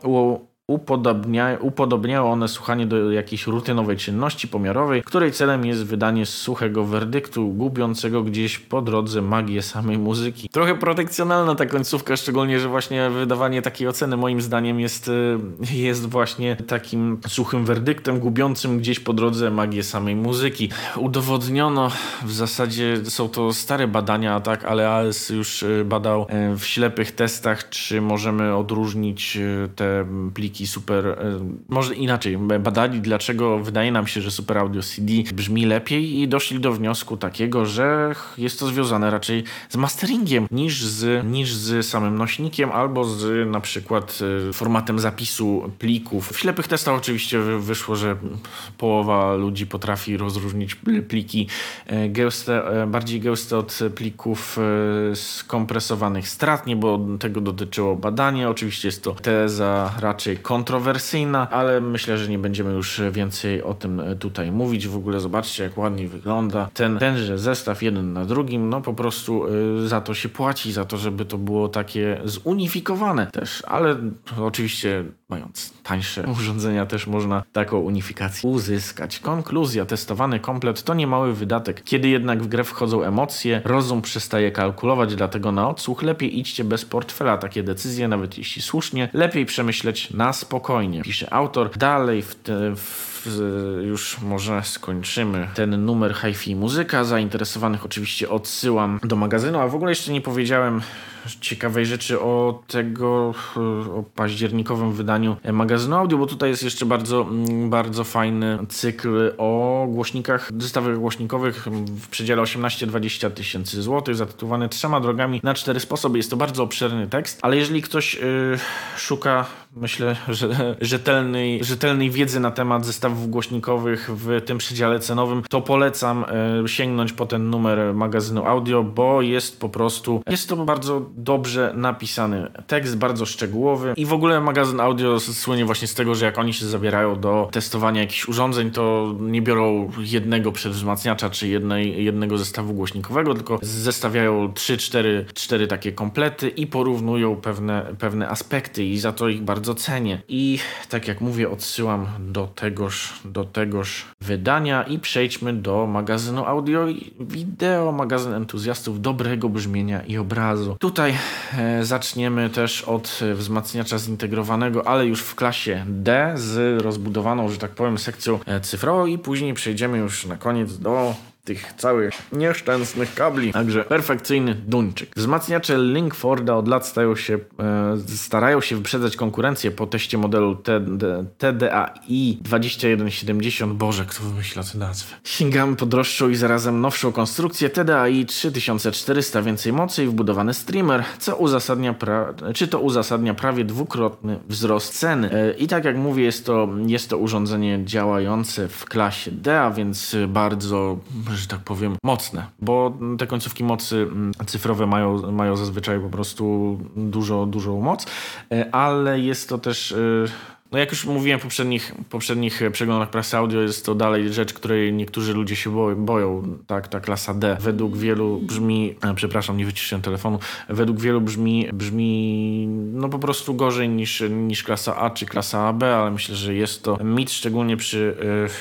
upodobniały one słuchanie do jakiejś rutynowej czynności pomiarowej, której celem jest wydanie suchego werdyktu, gubiącego gdzieś po drodze magię samej muzyki. Trochę protekcjonalna ta końcówka, szczególnie, że właśnie wydawanie takiej oceny moim zdaniem jest właśnie takim suchym werdyktem, gubiącym gdzieś po drodze magię samej muzyki. Udowodniono, w zasadzie są to stare badania, tak, ale AES już badał w ślepych testach, czy możemy odróżnić te pliki może inaczej, badali, dlaczego wydaje nam się, że Super Audio CD brzmi lepiej i doszli do wniosku takiego, że jest to związane raczej z masteringiem niż z samym nośnikiem albo z na przykład formatem zapisu plików. W ślepych testach oczywiście wyszło, że połowa ludzi potrafi rozróżnić pliki bardziej gęste od plików skompresowanych stratnie, bo tego dotyczyło badanie. Oczywiście jest to teza raczej kontrowersyjna, ale myślę, że nie będziemy już więcej o tym tutaj mówić. W ogóle zobaczcie, jak ładnie wygląda tenże zestaw jeden na drugim. No po prostu za to się płaci, za to, żeby to było takie zunifikowane też, ale oczywiście mając tańsze urządzenia też można taką unifikację uzyskać. Konkluzja. Testowany komplet to niemały wydatek. Kiedy jednak w grę wchodzą emocje, rozum przestaje kalkulować, dlatego na odsłuch lepiej idźcie bez portfela. Takie decyzje, nawet jeśli słusznie, lepiej przemyśleć na spokojnie, pisze autor. Dalej już może skończymy ten numer Hi-Fi Muzyka. Zainteresowanych oczywiście odsyłam do magazynu, a w ogóle jeszcze nie powiedziałem ciekawej rzeczy o październikowym wydaniu magazynu audio, bo tutaj jest jeszcze bardzo fajny cykl o głośnikach, zestawach głośnikowych w przedziale 18-20 tysięcy złotych, zatytułowany 3 drogami na 4 sposoby. Jest to bardzo obszerny tekst, ale jeżeli ktoś szuka, myślę, że rzetelnej wiedzy na temat zestawów głośnikowych w tym przedziale cenowym, to polecam sięgnąć po ten numer magazynu audio, bo jest to bardzo dobrze napisany tekst, bardzo szczegółowy i w ogóle magazyn audio słynie właśnie z tego, że jak oni się zabierają do testowania jakichś urządzeń, to nie biorą jednego przedwzmacniacza czy jednego zestawu głośnikowego, tylko zestawiają 3-4 takie komplety i porównują pewne aspekty i za to ich bardzo cenię. I tak jak mówię, odsyłam do tegoż wydania i przejdźmy do magazynu audio i wideo, magazyn entuzjastów dobrego brzmienia i obrazu. Tutaj zaczniemy też od wzmacniacza zintegrowanego, ale już w klasie D z rozbudowaną, że tak powiem, sekcją cyfrową i później przejdziemy już na koniec do tych całych nieszczęsnych kabli. Także perfekcyjny duńczyk. Wzmacniacze Linkforda od lat starają się wyprzedzać konkurencję po teście modelu TDAI 2170. Boże, kto wymyśla te nazwy? Sięgamy po droższą i zarazem nowszą konstrukcję TDAI 3400, więcej mocy i wbudowany streamer, to uzasadnia prawie dwukrotny wzrost ceny. I tak jak mówię, jest to urządzenie działające w klasie D, a więc bardzo, że tak powiem, mocne, bo te końcówki mocy cyfrowe mają zazwyczaj po prostu dużą moc, ale jest to też... No jak już mówiłem w poprzednich przeglądach prasy audio, jest to dalej rzecz, której niektórzy ludzie się boją. Tak, ta klasa D według wielu brzmi, przepraszam, nie wyciszyłem telefonu, według wielu brzmi no po prostu gorzej niż klasa A czy klasa AB, ale myślę, że jest to mit, szczególnie przy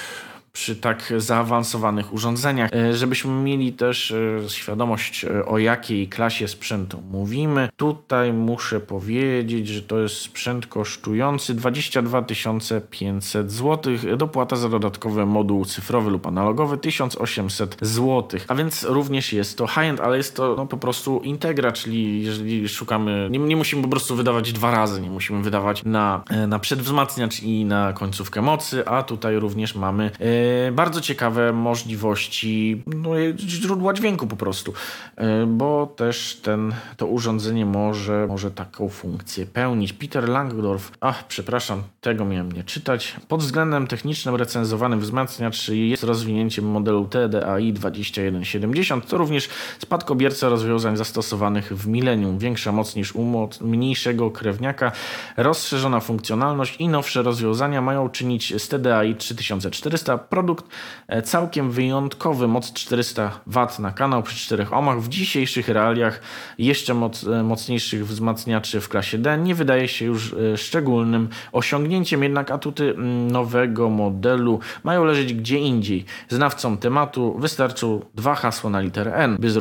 tak zaawansowanych urządzeniach. Żebyśmy mieli też świadomość, o jakiej klasie sprzętu mówimy. Tutaj muszę powiedzieć, że to jest sprzęt kosztujący 22 500 zł. Dopłata za dodatkowy moduł cyfrowy lub analogowy 1800 zł. A więc również jest to high-end, ale jest to po prostu Integra, czyli jeżeli szukamy, nie musimy po prostu wydawać dwa razy, nie musimy wydawać na przedwzmacniacz i na końcówkę mocy, a tutaj również mamy bardzo ciekawe możliwości źródła dźwięku po prostu, bo też to urządzenie może taką funkcję pełnić. Peter Langdorf, przepraszam, tego miałem nie czytać. Pod względem technicznym recenzowany wzmacniacz jest rozwinięciem modelu TDAI 2170, to również spadkobierca rozwiązań zastosowanych w Millennium. Większa moc niż u mniejszego krewniaka, rozszerzona funkcjonalność i nowsze rozwiązania mają czynić z TDAI 3400 produkt całkiem wyjątkowy, moc 400 W na kanał przy 4 ohmach. W dzisiejszych realiach jeszcze mocniejszych wzmacniaczy w klasie D nie wydaje się już szczególnym osiągnięciem, jednak atuty nowego modelu mają leżeć gdzie indziej. Znawcom tematu wystarczą 2 hasła na literę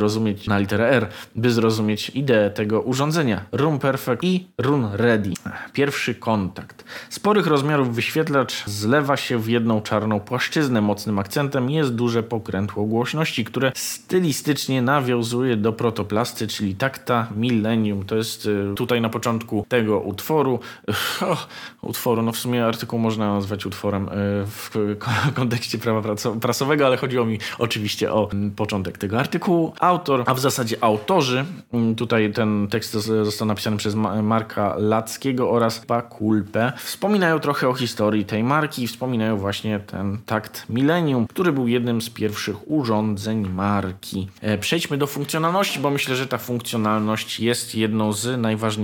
R, by zrozumieć ideę tego urządzenia. Room Perfect i Room Ready. Pierwszy kontakt. Sporych rozmiarów wyświetlacz zlewa się w jedną czarną płaszczyznę. Mocnym akcentem jest duże pokrętło głośności, które stylistycznie nawiązuje do protoplasty, czyli takta Millennium. To jest tutaj na początku tego utworu, no w sumie artykuł można nazwać utworem w kontekście prawa prasowego, ale chodziło mi oczywiście o początek tego artykułu. Autor, a w zasadzie autorzy, tutaj ten tekst został napisany przez Marka Lackiego oraz Pakulpę, wspominają trochę o historii tej marki i wspominają właśnie ten takt Millennium, który był jednym z pierwszych urządzeń marki. Przejdźmy do funkcjonalności, bo myślę, że ta funkcjonalność jest jedną z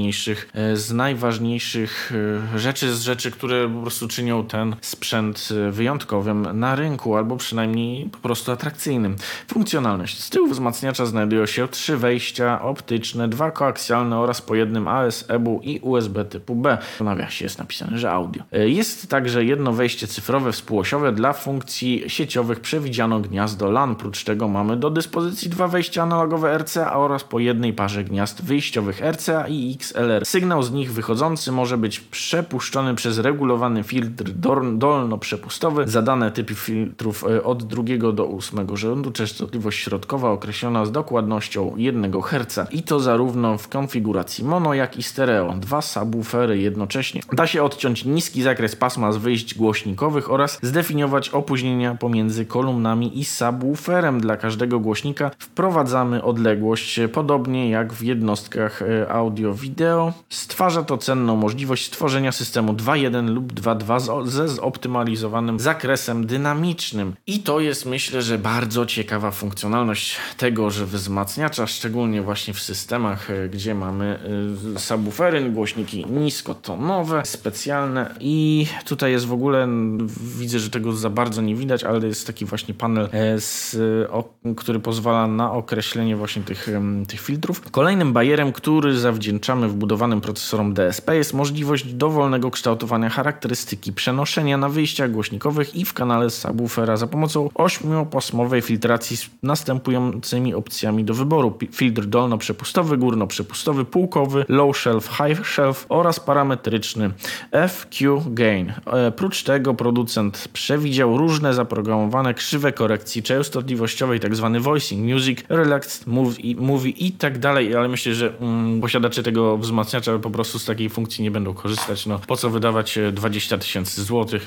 najważniejszych rzeczy, które po prostu czynią ten sprzęt wyjątkowym na rynku, albo przynajmniej po prostu atrakcyjnym. Funkcjonalność. Z tyłu wzmacniacza znajdują się 3 wejścia optyczne, 2 koaksjalne oraz po jednym ASE-u i USB typu B. W nawiasie jest napisane, że audio. Jest także jedno wejście cyfrowe współosiowe. Dla funkcji sieciowych przewidziano gniazdo LAN. Prócz tego mamy do dyspozycji 2 wejścia analogowe RCA oraz po jednej parze gniazd wyjściowych RCA i XLR. Sygnał z nich wychodzący może być przepuszczony przez regulowany filtr dolno-przepustowy. Zadane typy filtrów od 2 do 8 rzędu. Częstotliwość środkowa określona z dokładnością 1 Hz. I to zarówno w konfiguracji mono, jak i stereo. 2 subwoofery jednocześnie. Da się odciąć niski zakres pasma z wyjść głośnikowych oraz zdefiniować opóźnienia pomiędzy kolumnami i subwooferem. Dla każdego głośnika wprowadzamy odległość, podobnie jak w jednostkach audio-wideo. Stwarza to cenną możliwość stworzenia systemu 2.1 lub 2.2 ze zoptymalizowanym zakresem dynamicznym. I to jest, myślę, że bardzo ciekawa funkcjonalność tegoż wzmacniacza, szczególnie właśnie w systemach, gdzie mamy subwoofery, głośniki niskotonowe, specjalne i tutaj jest w ogóle, widzę, że tego za bardzo nie widać, ale jest taki właśnie panel, który pozwala na określenie właśnie tych filtrów. Kolejnym bajerem, który zawdzięczamy wbudowanym procesorom DSP, jest możliwość dowolnego kształtowania charakterystyki przenoszenia na wyjściach głośnikowych i w kanale subwoofera za pomocą 8-pasmowej filtracji z następującymi opcjami do wyboru. Filtr dolno-przepustowy, górno-przepustowy, półkowy, low shelf, high shelf oraz parametryczny FQ gain. Prócz tego producent przewidział różne zaprogramowane krzywe korekcji częstotliwościowej, tak zwany voicing, music, relaxed, movie i tak dalej, ale myślę, że posiadacze tego wzmacniacza po prostu z takiej funkcji nie będą korzystać. No, po co wydawać 20 000 złotych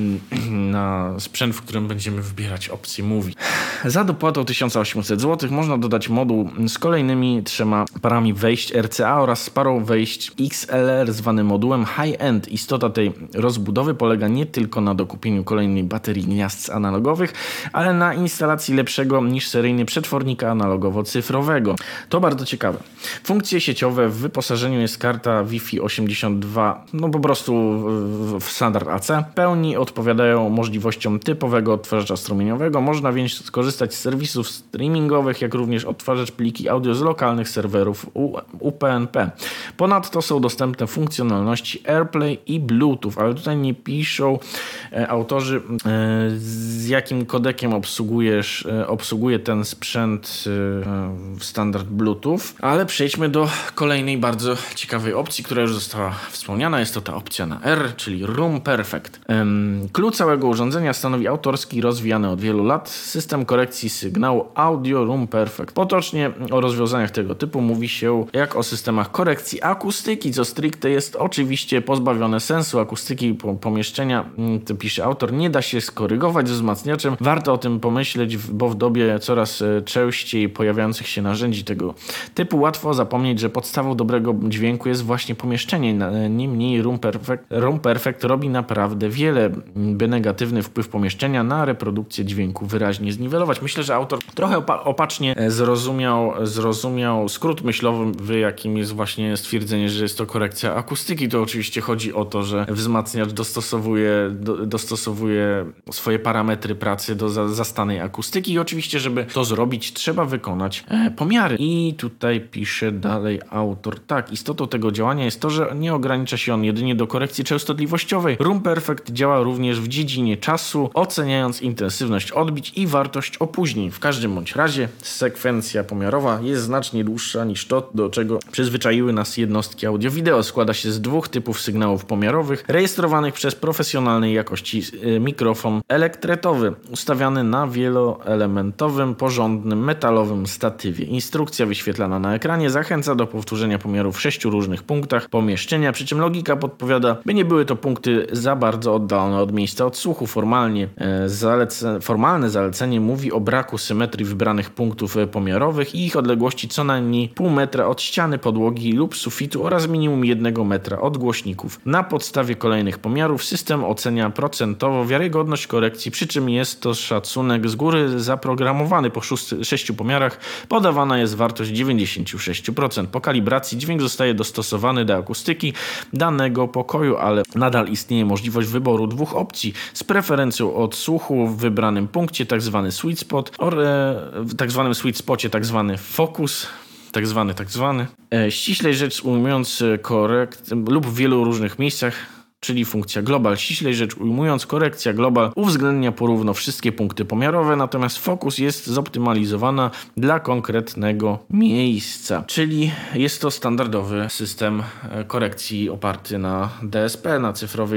na sprzęt, w którym będziemy wybierać opcję Movie. Za dopłatą 1800 zł można dodać moduł z kolejnymi 3 parami wejść RCA oraz z parą wejść XLR zwanym modułem high-end. Istota tej rozbudowy polega nie tylko na dokupieniu kolejnej baterii gniazd analogowych, ale na instalacji lepszego niż seryjny przetwornika analogowo-cyfrowego. To bardzo ciekawe. Funkcje sieciowe w wyposażeniu jest karta Wi-Fi 82, no po prostu w standard AC. W pełni odpowiadają możliwościom typowego odtwarzacza strumieniowego. Można więc skorzystać z serwisów streamingowych, jak również odtwarzać pliki audio z lokalnych serwerów UPnP. Ponadto są dostępne funkcjonalności AirPlay i Bluetooth, ale tutaj nie piszą autorzy, z jakim kodekiem obsługuje ten sprzęt w standard Bluetooth, ale przejdźmy do kolejnej bardzo ciekawej opcji, która już została wspomniana. Jest to ta opcja na R, czyli Room Perfect. Klucz całego urządzenia stanowi autorski, rozwijany od wielu lat system korekcji sygnału Audio Room Perfect. Potocznie o rozwiązaniach tego typu mówi się jak o systemach korekcji akustyki, co stricte jest oczywiście pozbawione sensu. Akustyki pomieszczenia, to pisze autor, nie da się skorygować ze wzmacniaczem. Warto o tym pomyśleć, bo w dobie coraz częściej pojawiających się narzędzi tego typu łatwo zapomnieć, że podstawą dobrego dźwięku jest właśnie pomieszczenie. Niemniej Room Perfect robi naprawdę wiele, by negatywny wpływ pomieszczenia na reprodukcję dźwięku wyraźnie zniwelować. Myślę, że autor trochę opacznie zrozumiał skrót myślowy, jakim jest właśnie stwierdzenie, że jest to korekcja akustyki. To oczywiście chodzi o to, że wzmacniacz dostosowuje swoje parametry pracy do zastanej akustyki i oczywiście, żeby to zrobić, trzeba wykonać pomiary. I tutaj pisze dalej autor. Tak, istotą tego działania jest to, że nie ogranicza się on jedynie do korekcji częstotliwościowej. Room Perfect działa również w dziedzinie czasu, oceniając intensywność odbić i wartość opóźnień. W każdym bądź razie sekwencja pomiarowa jest znacznie dłuższa niż to, do czego przyzwyczaiły nas jednostki audio-wideo. Składa się z 2 typów sygnałów pomiarowych rejestrowanych przez profesjonalnej jakości mikrofon elektretowy ustawiany na wieloelementowym, porządnym, metalowym statywie. Instrukcja wyświetlana na ekranie zachęca do powtórzenia pomiaru w 6 różnych punktach pomieszczenia, przy czym logika podpowiada, by nie były to punkty za bardzo oddalone od miejsca odsłuchu. Formalne zalecenie mówi o braku symetrii wybranych punktów pomiarowych i ich odległości co najmniej pół metra od ściany, podłogi lub sufitu oraz minimum 1 metra od głośników. Na podstawie kolejnych pomiarów system ocenia procentowo wiarygodność korekcji, przy czym jest to szacunek z góry zaprogramowany. Po 6 pomiarach podawana jest wartość 96%. Po kalibracji dźwięk zostaje dostosowany do akustyki danego pokoju, ale nadal istnieje możliwość wyboru 2 opcji z preferencją odsłuchu w wybranym punkcie, tzw. sweet spot, w tzw. sweet spocie tzw. focus, tzw. ściślej rzecz ujmując lub w wielu różnych miejscach, czyli funkcja global. Ściślej rzecz ujmując, korekcja global uwzględnia porówno wszystkie punkty pomiarowe, natomiast fokus jest zoptymalizowana dla konkretnego miejsca. Czyli jest to standardowy system korekcji oparty na DSP, na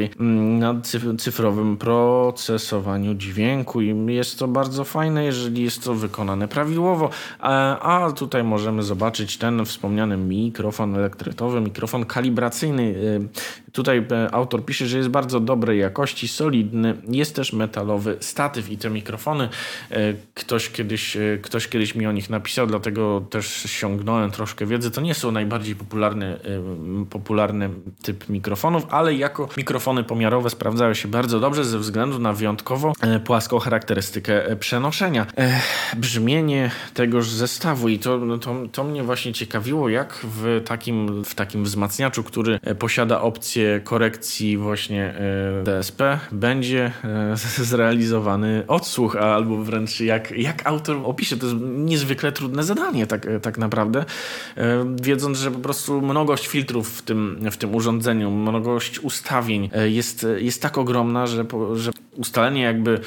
cyfrowym procesowaniu dźwięku i jest to bardzo fajne, jeżeli jest to wykonane prawidłowo. A tutaj możemy zobaczyć ten wspomniany mikrofon elektretowy, mikrofon kalibracyjny. Tutaj autor pisze, że jest bardzo dobrej jakości, solidny. Jest też metalowy statyw i te mikrofony. Ktoś kiedyś mi o nich napisał, dlatego też ściągnąłem troszkę wiedzy. To nie są najbardziej popularny typ mikrofonów, ale jako mikrofony pomiarowe sprawdzają się bardzo dobrze ze względu na wyjątkowo płaską charakterystykę przenoszenia. Brzmienie tegoż zestawu i to mnie właśnie ciekawiło, jak w takim wzmacniaczu, który posiada opcję korekcji właśnie DSP, będzie zrealizowany odsłuch, albo wręcz jak autor opisze. To jest niezwykle trudne zadanie tak naprawdę, wiedząc, że po prostu mnogość filtrów w tym urządzeniu, mnogość ustawień jest tak ogromna, że ustalenie jakby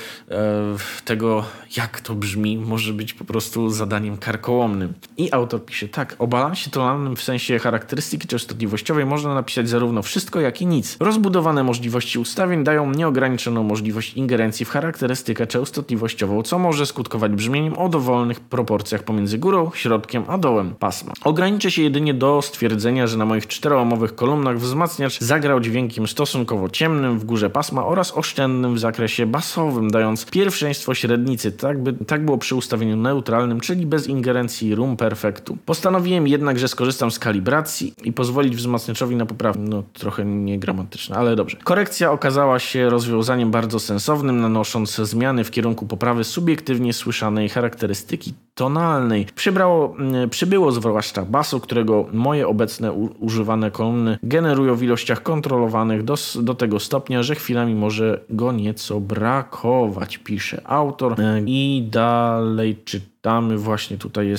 tego, jak to brzmi, może być po prostu zadaniem karkołomnym. I autor pisze tak: o balansie tonalnym w sensie charakterystyki częstotliwościowej można napisać zarówno wszystko, jak i nic. Rozbudowane możliwości ustawień dają nieograniczoną możliwość ingerencji w charakterystykę częstotliwościową, co może skutkować brzmieniem o dowolnych proporcjach pomiędzy górą, środkiem a dołem pasma. Ograniczę się jedynie do stwierdzenia, że na moich 4-ohmowych kolumnach wzmacniacz zagrał dźwiękiem stosunkowo ciemnym w górze pasma oraz oszczędnym w zakresie basowym, dając pierwszeństwo średnicy. Tak było przy ustawieniu neutralnym, czyli bez ingerencji room perfectu. Postanowiłem jednak, że skorzystam z kalibracji i pozwolić wzmacniaczowi na poprawę. No trochę niegramatyczne, ale dobrze. Korekcja okazała się rozwiązaniem bardzo sensownym, nanosząc zmiany w kierunku poprawy subiektywnie słyszanej charakterystyki tonalnej. Przybyło zwłaszcza basu, którego moje obecne używane kolumny generują w ilościach kontrolowanych do tego stopnia, że chwilami może go nieco brakować, pisze autor. I dalej czytamy, właśnie tutaj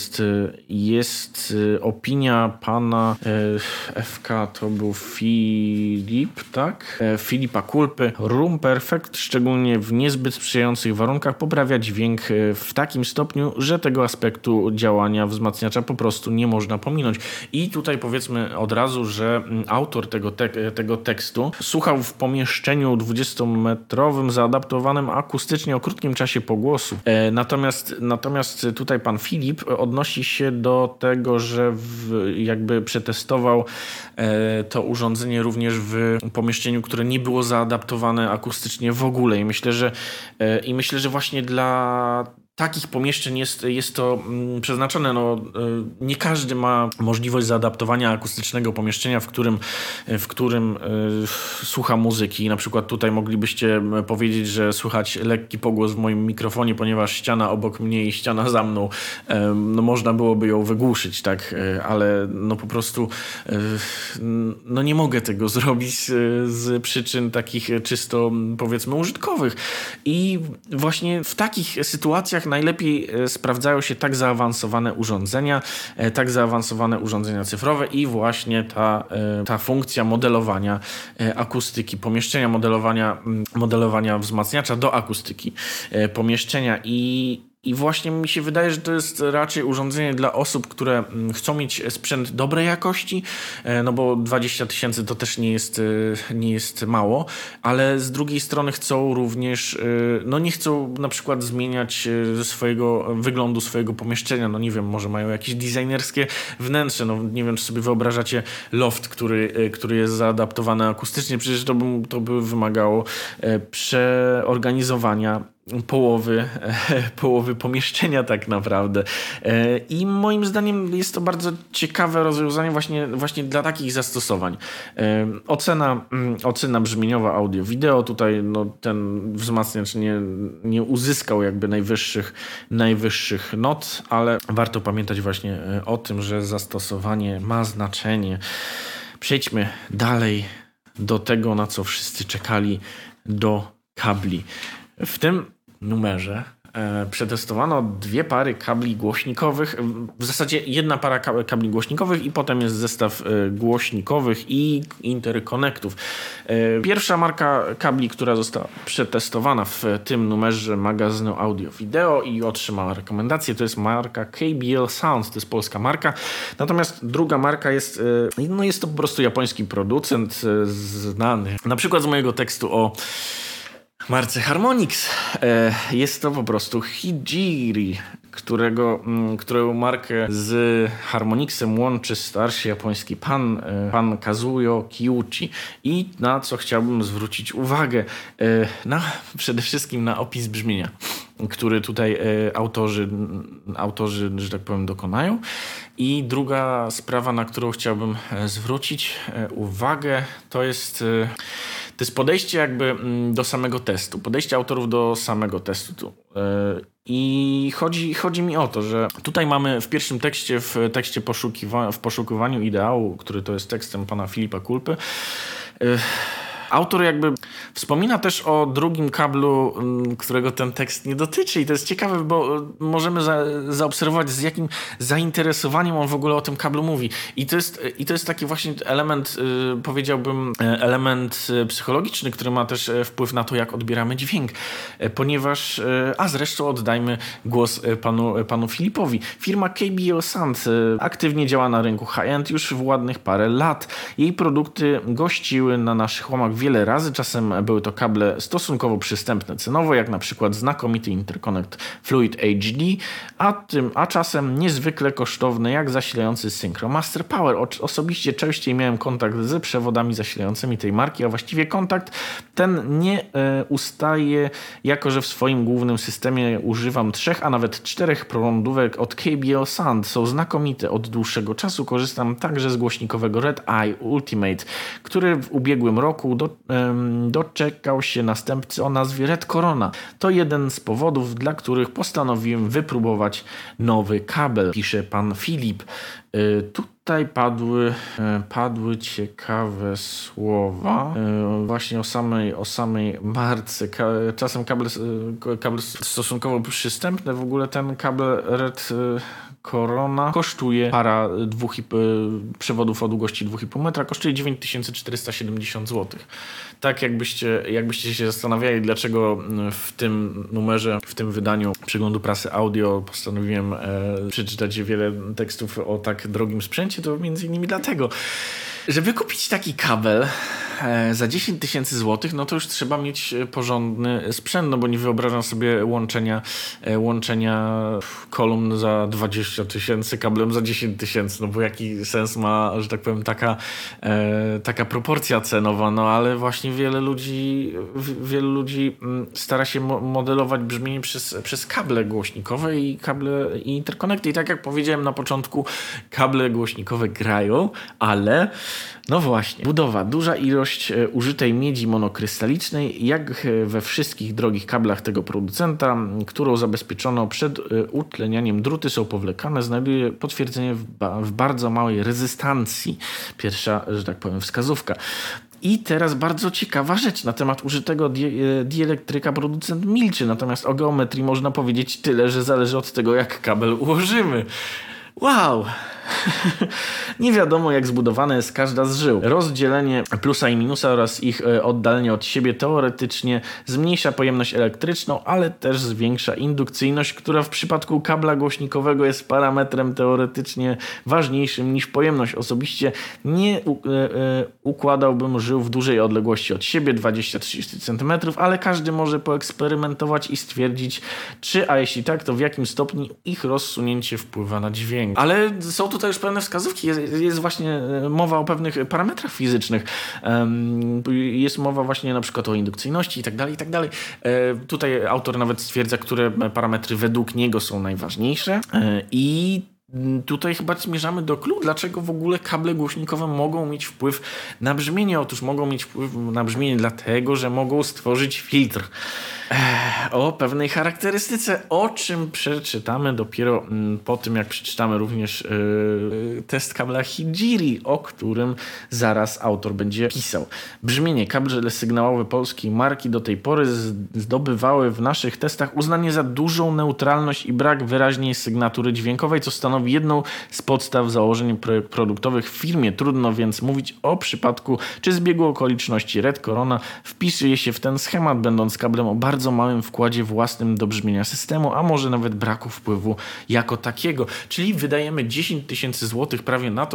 jest opinia pana FK, to był Filip, tak? Filipa Kulpy. Room Perfect, szczególnie w niezbyt sprzyjających warunkach, poprawia dźwięk w takim stopniu, że tego aspektu działania wzmacniacza po prostu nie można pominąć. I tutaj powiedzmy od razu, że autor tego tekstu słuchał w pomieszczeniu 20-metrowym zaadaptowanym akustycznie o krótkim czasie pogłosu. Natomiast tutaj pan Filip odnosi się do tego, że jakby przetestował to urządzenie również w pomieszczeniu, które nie było zaadaptowane akustycznie w ogóle. I myślę, że właśnie dla takich pomieszczeń jest to przeznaczone. Nie każdy ma możliwość zaadaptowania akustycznego pomieszczenia, w którym słucha muzyki. Na przykład tutaj moglibyście powiedzieć, że słychać lekki pogłos w moim mikrofonie, ponieważ ściana obok mnie i ściana za mną, można byłoby ją wygłuszyć, tak? Ale po prostu nie mogę tego zrobić z przyczyn takich czysto, powiedzmy, użytkowych. I właśnie w takich sytuacjach najlepiej sprawdzają się tak zaawansowane urządzenia cyfrowe i właśnie ta funkcja modelowania akustyki pomieszczenia, modelowania wzmacniacza do akustyki pomieszczenia. I właśnie mi się wydaje, że to jest raczej urządzenie dla osób, które chcą mieć sprzęt dobrej jakości, bo 20 000 to też nie jest mało, ale z drugiej strony chcą również, nie chcą na przykład zmieniać wyglądu swojego pomieszczenia, nie wiem, może mają jakieś designerskie wnętrze, nie wiem, czy sobie wyobrażacie loft, który jest zaadaptowany akustycznie, przecież to by wymagało przeorganizowania połowy pomieszczenia tak naprawdę. I moim zdaniem jest to bardzo ciekawe rozwiązanie właśnie dla takich zastosowań. Ocena brzmieniowa audio-wideo. Tutaj ten wzmacniacz nie uzyskał jakby najwyższych not, ale warto pamiętać właśnie o tym, że zastosowanie ma znaczenie. Przejdźmy dalej do tego, na co wszyscy czekali, do kabli. W tym numerze przetestowano 2 pary kabli głośnikowych, w zasadzie 1 para kabli głośnikowych i potem jest zestaw głośnikowych i interkonektów. Pierwsza marka kabli, która została przetestowana w tym numerze magazynu audio-wideo i otrzymała rekomendację, to jest marka KBL Sounds, to jest polska marka. Natomiast druga marka jest to po prostu japoński producent znany. Na przykład z mojego tekstu o marce Harmonix. Jest to po prostu Hijiri, którą markę z Harmonixem łączy starszy japoński pan Kazuyo Kiyuchi. I na co chciałbym zwrócić uwagę? Przede wszystkim na opis brzmienia, który tutaj autorzy, że tak powiem, dokonają. I druga sprawa, na którą chciałbym zwrócić uwagę, to jest podejście jakby do samego testu. Podejście autorów do samego testu. I chodzi mi o to, że tutaj mamy w pierwszym tekście, w poszukiwaniu ideału, który to jest tekstem pana Filipa Kulpy, Autor jakby wspomina też o drugim kablu, którego ten tekst nie dotyczy i to jest ciekawe, bo możemy zaobserwować, z jakim zainteresowaniem on w ogóle o tym kablu mówi. I to jest taki właśnie element, powiedziałbym, element psychologiczny, który ma też wpływ na to, jak odbieramy dźwięk. Ponieważ, zresztą oddajmy głos panu Filipowi. Firma KBO Sound aktywnie działa na rynku high-end już w ładnych parę lat. Jej produkty gościły na naszych łamach wiele razy. Czasem były to kable stosunkowo przystępne cenowo, jak na przykład znakomity Interconnect Fluid HD, a czasem niezwykle kosztowne, jak zasilający Synchro Master Power. Osobiście częściej miałem kontakt ze przewodami zasilającymi tej marki, a właściwie kontakt ten nie ustaje, jako że w swoim głównym systemie używam 3, a nawet 4 prądówek od KBO Sound. Są znakomite. Od dłuższego czasu korzystam także z głośnikowego Red Eye Ultimate, który w ubiegłym roku doczekał się następcy o nazwie Red Corona. To jeden z powodów, dla których postanowiłem wypróbować nowy kabel, pisze pan Filip. Tutaj padły ciekawe słowa właśnie o samej marce. Czasem kable stosunkowo przystępne. W ogóle ten kabel Red Corona kosztuje para przewodów o długości 2,5 metra, kosztuje 9470 zł. Tak jakbyście się zastanawiali, dlaczego w tym numerze, w tym wydaniu Przeglądu Prasy Audio postanowiłem przeczytać wiele tekstów o tak drogim sprzęcie, to między innymi dlatego. Żeby kupić taki kabel za 10 000 złotych, no to już trzeba mieć porządny sprzęt, no bo nie wyobrażam sobie łączenia kolumn za 20 000 kablem za 10 000, no bo jaki sens ma, że tak powiem, taka proporcja cenowa, no ale właśnie wielu ludzi stara się modelować brzmienie przez kable głośnikowe i kable i interkonekty. I tak jak powiedziałem na początku, kable głośnikowe grają, ale no właśnie, budowa, duża ilość użytej miedzi monokrystalicznej, jak we wszystkich drogich kablach tego producenta, którą zabezpieczono przed utlenianiem druty, są powlekane, znajduje potwierdzenie w bardzo małej rezystancji. Pierwsza, że tak powiem, wskazówka. I teraz bardzo ciekawa rzecz na temat użytego dielektryka. Producent milczy, natomiast o geometrii można powiedzieć tyle, że zależy od tego, jak kabel ułożymy. Wow! Nie wiadomo, jak zbudowane jest każda z żył. Rozdzielenie plusa i minusa oraz ich oddalenie od siebie teoretycznie zmniejsza pojemność elektryczną, ale też zwiększa indukcyjność, która w przypadku kabla głośnikowego jest parametrem teoretycznie ważniejszym niż pojemność. Osobiście nie układałbym żył w dużej odległości od siebie, 20-30 cm, ale każdy może poeksperymentować i stwierdzić, a jeśli tak, to w jakim stopniu ich rozsunięcie wpływa na dźwięk. Ale są tutaj już pewne wskazówki. Jest właśnie mowa o pewnych parametrach fizycznych. Jest mowa właśnie na przykład o indukcyjności i tak dalej. Tutaj autor nawet stwierdza, które parametry według niego są najważniejsze i tutaj chyba zmierzamy do clou, dlaczego w ogóle kable głośnikowe mogą mieć wpływ na brzmienie. Otóż mogą mieć wpływ na brzmienie dlatego, że mogą stworzyć filtr o pewnej charakterystyce, o czym przeczytamy dopiero po tym, jak przeczytamy również test kabla Higiri, o którym zaraz autor będzie pisał. Brzmienie. Kable sygnałowe polskiej marki do tej pory zdobywały w naszych testach uznanie za dużą neutralność i brak wyraźnej sygnatury dźwiękowej, co stanowi jedną z podstaw założeń produktowych w firmie. Trudno więc mówić o przypadku czy zbiegu okoliczności. Red Corona wpisuje się w ten schemat, będąc kablem o bardzo małym wkładzie własnym do brzmienia systemu, a może nawet braku wpływu jako takiego. Czyli wydajemy 10 000 złotych prawie na to,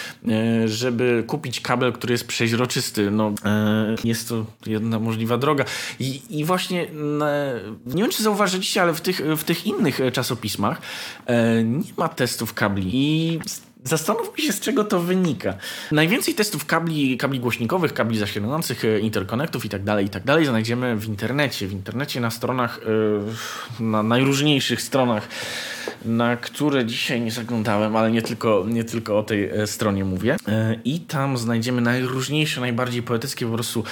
żeby kupić kabel, który jest przeźroczysty. No, jest to jedna możliwa droga. I właśnie nie wiem, czy zauważyliście, ale w tych innych czasopismach nie ma testów kabli. I zastanówmy się, z czego to wynika. Najwięcej testów kabli głośnikowych, kabli zasilających, interkonektów i tak dalej znajdziemy w internecie. W internecie na stronach, na najróżniejszych stronach, na które dzisiaj nie zaglądałem, ale nie tylko o tej stronie mówię. I tam znajdziemy najróżniejsze, najbardziej poetyckie po prostu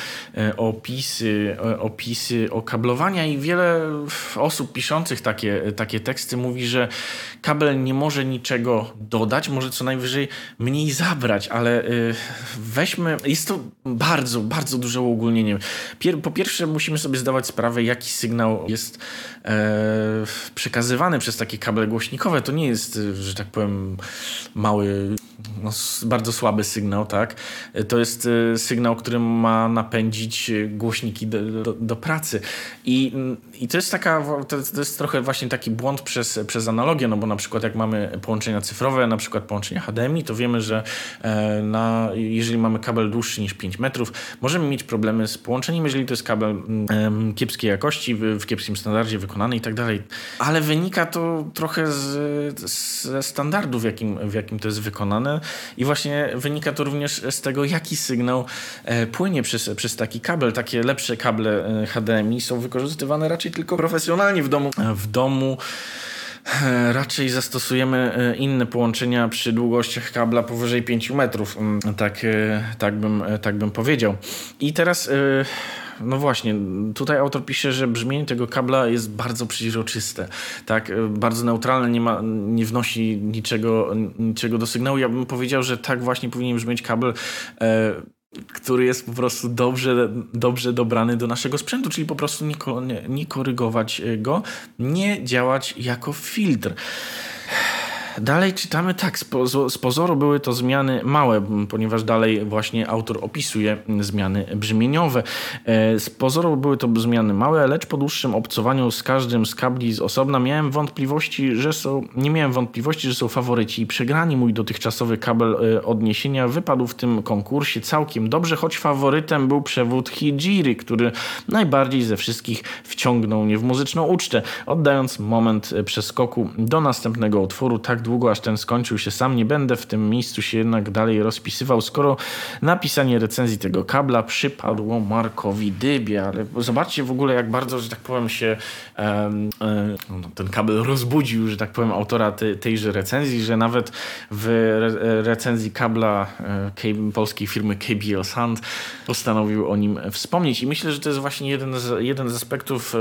opisy okablowania i wiele osób piszących takie teksty mówi, że kabel nie może niczego dodać, może co najwyżej mniej zabrać, ale weźmy, jest to bardzo, bardzo duże uogólnienie. Po pierwsze musimy sobie zdawać sprawę, jaki sygnał jest przekazywany przez takie kable głośnikowe. To nie jest, że tak powiem, mały, bardzo słaby sygnał, tak? To jest sygnał, który ma napędzić głośniki do pracy. I to jest to jest trochę właśnie taki błąd przez analogię, no bo na przykład jak mamy połączenia cyfrowe, na przykład połączenia HDMI, to wiemy, że jeżeli mamy kabel dłuższy niż 5 metrów, możemy mieć problemy z połączeniem, jeżeli to jest kabel kiepskiej jakości, w kiepskim standardzie wykonany i tak dalej. Ale wynika to trochę ze standardu, w jakim to jest wykonane i właśnie wynika to również z tego, jaki sygnał płynie przez taki kabel. Takie lepsze kable HDMI są wykorzystywane raczej tylko profesjonalnie w domu. W domu raczej zastosujemy inne połączenia przy długościach kabla powyżej 5 metrów. Tak bym powiedział. I teraz no właśnie, tutaj autor pisze, że brzmienie tego kabla jest bardzo przeźroczyste, tak, bardzo neutralne, nie wnosi niczego do sygnału. Ja bym powiedział, że tak właśnie powinien brzmieć kabel, który jest po prostu dobrze dobrany do naszego sprzętu, czyli po prostu nie korygować go, nie działać jako filtr. Dalej czytamy tak, z pozoru były to zmiany małe, ponieważ dalej właśnie autor opisuje zmiany brzmieniowe. Z pozoru były to zmiany małe, lecz po dłuższym obcowaniu z każdym z kabli z osobna nie miałem wątpliwości, że są faworyci i przegrani. Mój dotychczasowy kabel odniesienia wypadł w tym konkursie całkiem dobrze, choć faworytem był przewód Hijiri, który najbardziej ze wszystkich wciągnął mnie w muzyczną ucztę, oddając moment przeskoku do następnego utworu tak długo, aż ten skończył się sam. Nie będę w tym miejscu się jednak dalej rozpisywał, skoro napisanie recenzji tego kabla przypadło Markowi Dybie, ale zobaczcie w ogóle, jak bardzo, że tak powiem, się ten kabel rozbudził, że tak powiem, autora tejże recenzji, że nawet w recenzji kabla polskiej firmy KBL Sound postanowił o nim wspomnieć i myślę, że to jest właśnie jeden z aspektów,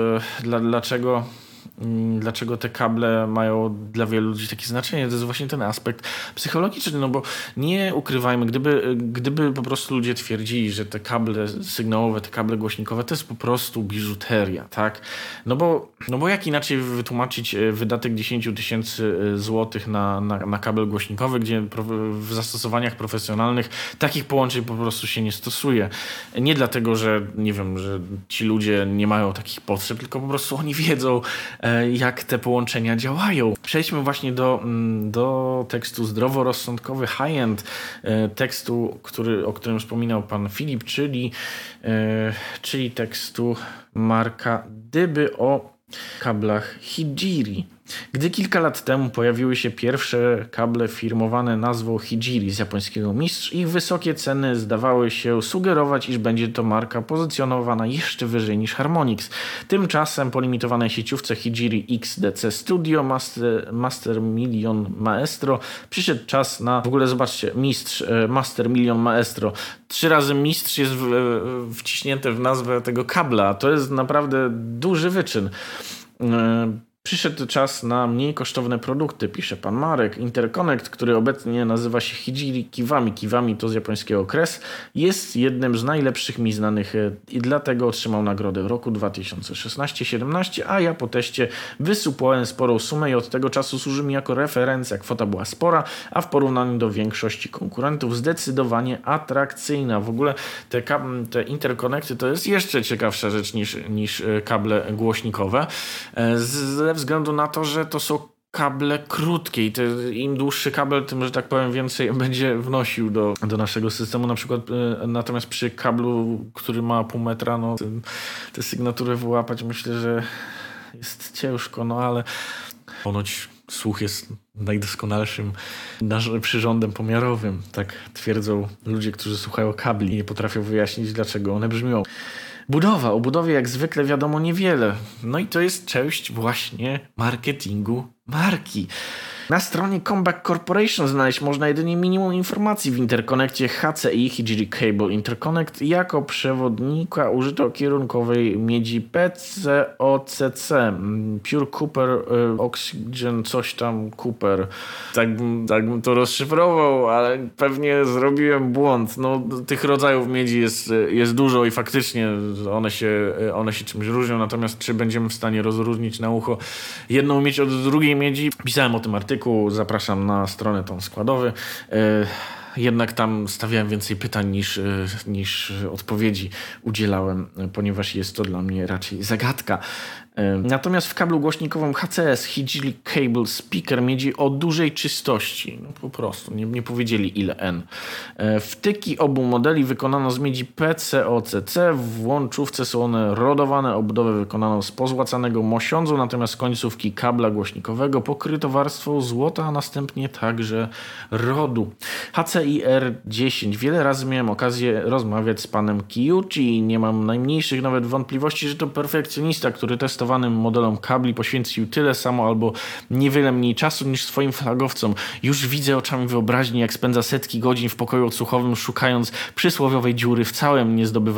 dlaczego te kable mają dla wielu ludzi takie znaczenie. To jest właśnie ten aspekt psychologiczny, no bo nie ukrywajmy, gdyby po prostu ludzie twierdzili, że te kable sygnałowe, te kable głośnikowe to jest po prostu biżuteria, tak? No bo jak inaczej wytłumaczyć wydatek 10 000 złotych na kabel głośnikowy, gdzie w zastosowaniach profesjonalnych takich połączeń po prostu się nie stosuje. Nie dlatego, że nie wiem, że ci ludzie nie mają takich potrzeb, tylko po prostu oni wiedzą, jak te połączenia działają. Przejdźmy właśnie do tekstu zdroworozsądkowy high-end, tekstu, o którym wspominał pan Filip, czyli tekstu Marka Dyby o kablach Hijiri. Gdy kilka lat temu pojawiły się pierwsze kable firmowane nazwą Hijiri z japońskiego Mistrz, ich wysokie ceny zdawały się sugerować, iż będzie to marka pozycjonowana jeszcze wyżej niż Harmonix. Tymczasem po limitowanej sieciówce Hijiri XDC Studio Master Million Maestro przyszedł czas na, w ogóle zobaczcie, Mistrz, Master Million Maestro. 3 razy Mistrz jest wciśnięte w nazwę tego kabla. To jest naprawdę duży wyczyn. Przyszedł czas na mniej kosztowne produkty, pisze pan Marek. Interconnect, który obecnie nazywa się Hijiri Kiwami. Kiwami to z japońskiego kres. Jest jednym z najlepszych mi znanych i dlatego otrzymał nagrodę w roku 2016-17, a ja po teście wysupłałem sporą sumę i od tego czasu służy mi jako referencja. Kwota była spora, a w porównaniu do większości konkurentów zdecydowanie atrakcyjna. W ogóle te interconnecty to jest jeszcze ciekawsza rzecz niż kable głośnikowe. Ze względu na to, że to są kable krótkie i im dłuższy kabel, tym, że tak powiem, więcej będzie wnosił do naszego systemu. Na przykład natomiast przy kablu, który ma pół metra, no tę sygnaturę wyłapać myślę, że jest ciężko, no ale ponoć słuch jest najdoskonalszym przyrządem pomiarowym. Tak twierdzą ludzie, którzy słuchają kabli i nie potrafią wyjaśnić, dlaczego one brzmią. Budowa. O budowie jak zwykle wiadomo niewiele. No i to jest część właśnie marketingu marki. Na stronie Comeback Corporation znaleźć można jedynie minimum informacji w interkonekcie HCI Higiri Cable Interconnect. Jako przewodnika użyto kierunkowej miedzi PCOCC Pure Copper Oxygen coś tam Cooper. Tak bym to rozszyfrował, ale pewnie zrobiłem błąd. No, tych rodzajów miedzi jest dużo i faktycznie one się czymś różnią, natomiast czy będziemy w stanie rozróżnić na ucho jedną miedź od drugiej miedzi? Pisałem o tym artykuł, zapraszam na stronę tą składowy. Jednak tam stawiałem więcej pytań niż odpowiedzi udzielałem, ponieważ jest to dla mnie raczej zagadka. Natomiast w kablu głośnikowym HCS Higiri Cable Speaker miedzi o dużej czystości. No po prostu, nie powiedzieli ile N. Wtyki obu modeli wykonano z miedzi PCOCC. W łączówce są one rodowane. Obudowę wykonano z pozłacanego mosiądzu, natomiast końcówki kabla głośnikowego pokryto warstwą złota, a następnie także rodu. HCI R10. Wiele razy miałem okazję rozmawiać z panem Kiyuchi i nie mam najmniejszych nawet wątpliwości, że to perfekcjonista, który testowanym modelom kabli poświęcił tyle samo albo niewiele mniej czasu niż swoim flagowcom. Już widzę oczami wyobraźni, jak spędza setki godzin w pokoju odsłuchowym, szukając przysłowiowej dziury w całym,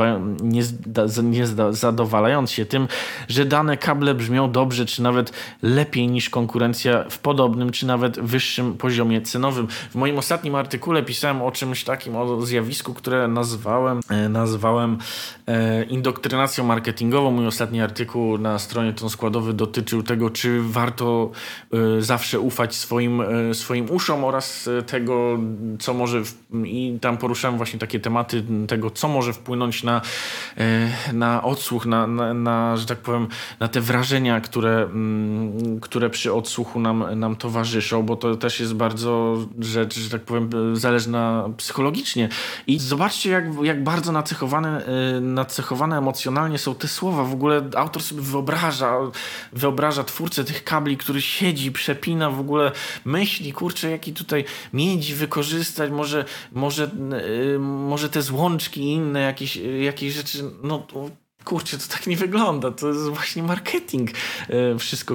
nie zadowalając się tym, że dane kable brzmią dobrze, czy nawet lepiej niż konkurencja w podobnym, czy nawet wyższym poziomie cenowym. W moim ostatnim artykule pisałem o czymś takim, o zjawisku, które nazwałem indoktrynacją marketingową. Mój ostatni artykuł na stronie Ton Składowy dotyczył tego, czy warto zawsze ufać swoim uszom oraz tego, co może i tam poruszałem właśnie takie tematy tego, co może wpłynąć na odsłuch, na że tak powiem, na te wrażenia, które przy odsłuchu nam towarzyszą, bo to też jest bardzo rzecz, że tak powiem, zależna psychologicznie. I zobaczcie, jak bardzo nacechowane emocjonalnie są te słowa. W ogóle autor sobie wyobraża twórcę tych kabli, który siedzi, przepina, w ogóle myśli, kurczę, jaki tutaj miedź wykorzystać, może te złączki i inne jakieś rzeczy, no kurczę, to tak nie wygląda, to jest właśnie marketing. Wszystko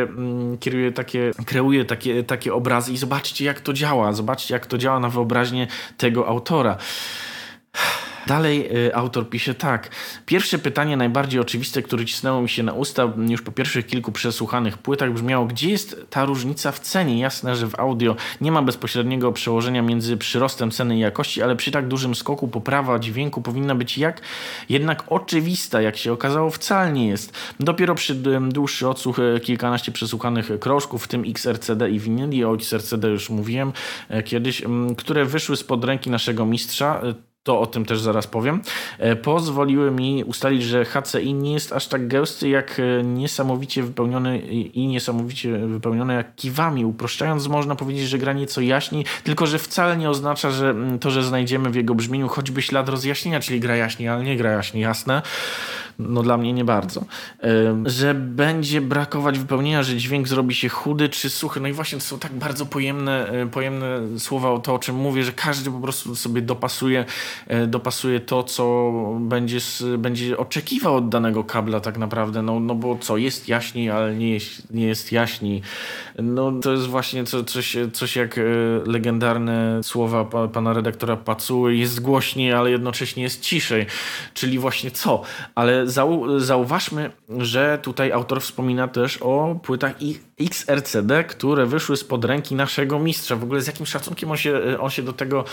kreuje takie obrazy i zobaczcie, jak to działa na wyobraźnię tego autora. Dalej autor pisze tak. Pierwsze pytanie, najbardziej oczywiste, które cisnęło mi się na usta już po pierwszych kilku przesłuchanych płytach, brzmiało: gdzie jest ta różnica w cenie? Jasne, że w audio nie ma bezpośredniego przełożenia między przyrostem ceny i jakości, ale przy tak dużym skoku poprawa dźwięku powinna być jednak oczywista. Jak się okazało, wcale nie jest. Dopiero przy dłuższy odsłuch kilkanaście przesłuchanych krążków, w tym XRCD i winyli, o XRCD już mówiłem kiedyś, które wyszły spod ręki naszego mistrza, to o tym też zaraz powiem, pozwoliły mi ustalić, że HCI nie jest aż tak gęsty, jak niesamowicie wypełniony jak kiwami. Uproszczając, można powiedzieć, że gra nieco jaśniej, tylko że wcale nie oznacza, że to, że znajdziemy w jego brzmieniu choćby ślad rozjaśnienia, czyli gra jaśniej, ale nie gra jaśniej, jasne? No dla mnie nie bardzo. Że będzie brakować wypełnienia, że dźwięk zrobi się chudy czy suchy. No i właśnie to są tak bardzo pojemne słowa o to, o czym mówię, że każdy po prostu sobie dopasuje to, co będzie oczekiwał od danego kabla tak naprawdę. No bo co, jest jaśniej, ale nie jest jaśniej. No to jest właśnie coś jak legendarne słowa pana redaktora Pacuły. Jest głośniej, ale jednocześnie jest ciszej. Czyli właśnie co? Ale zauważmy, że tutaj autor wspomina też o płytach XRCD, które wyszły spod ręki naszego mistrza. W ogóle z jakim szacunkiem on się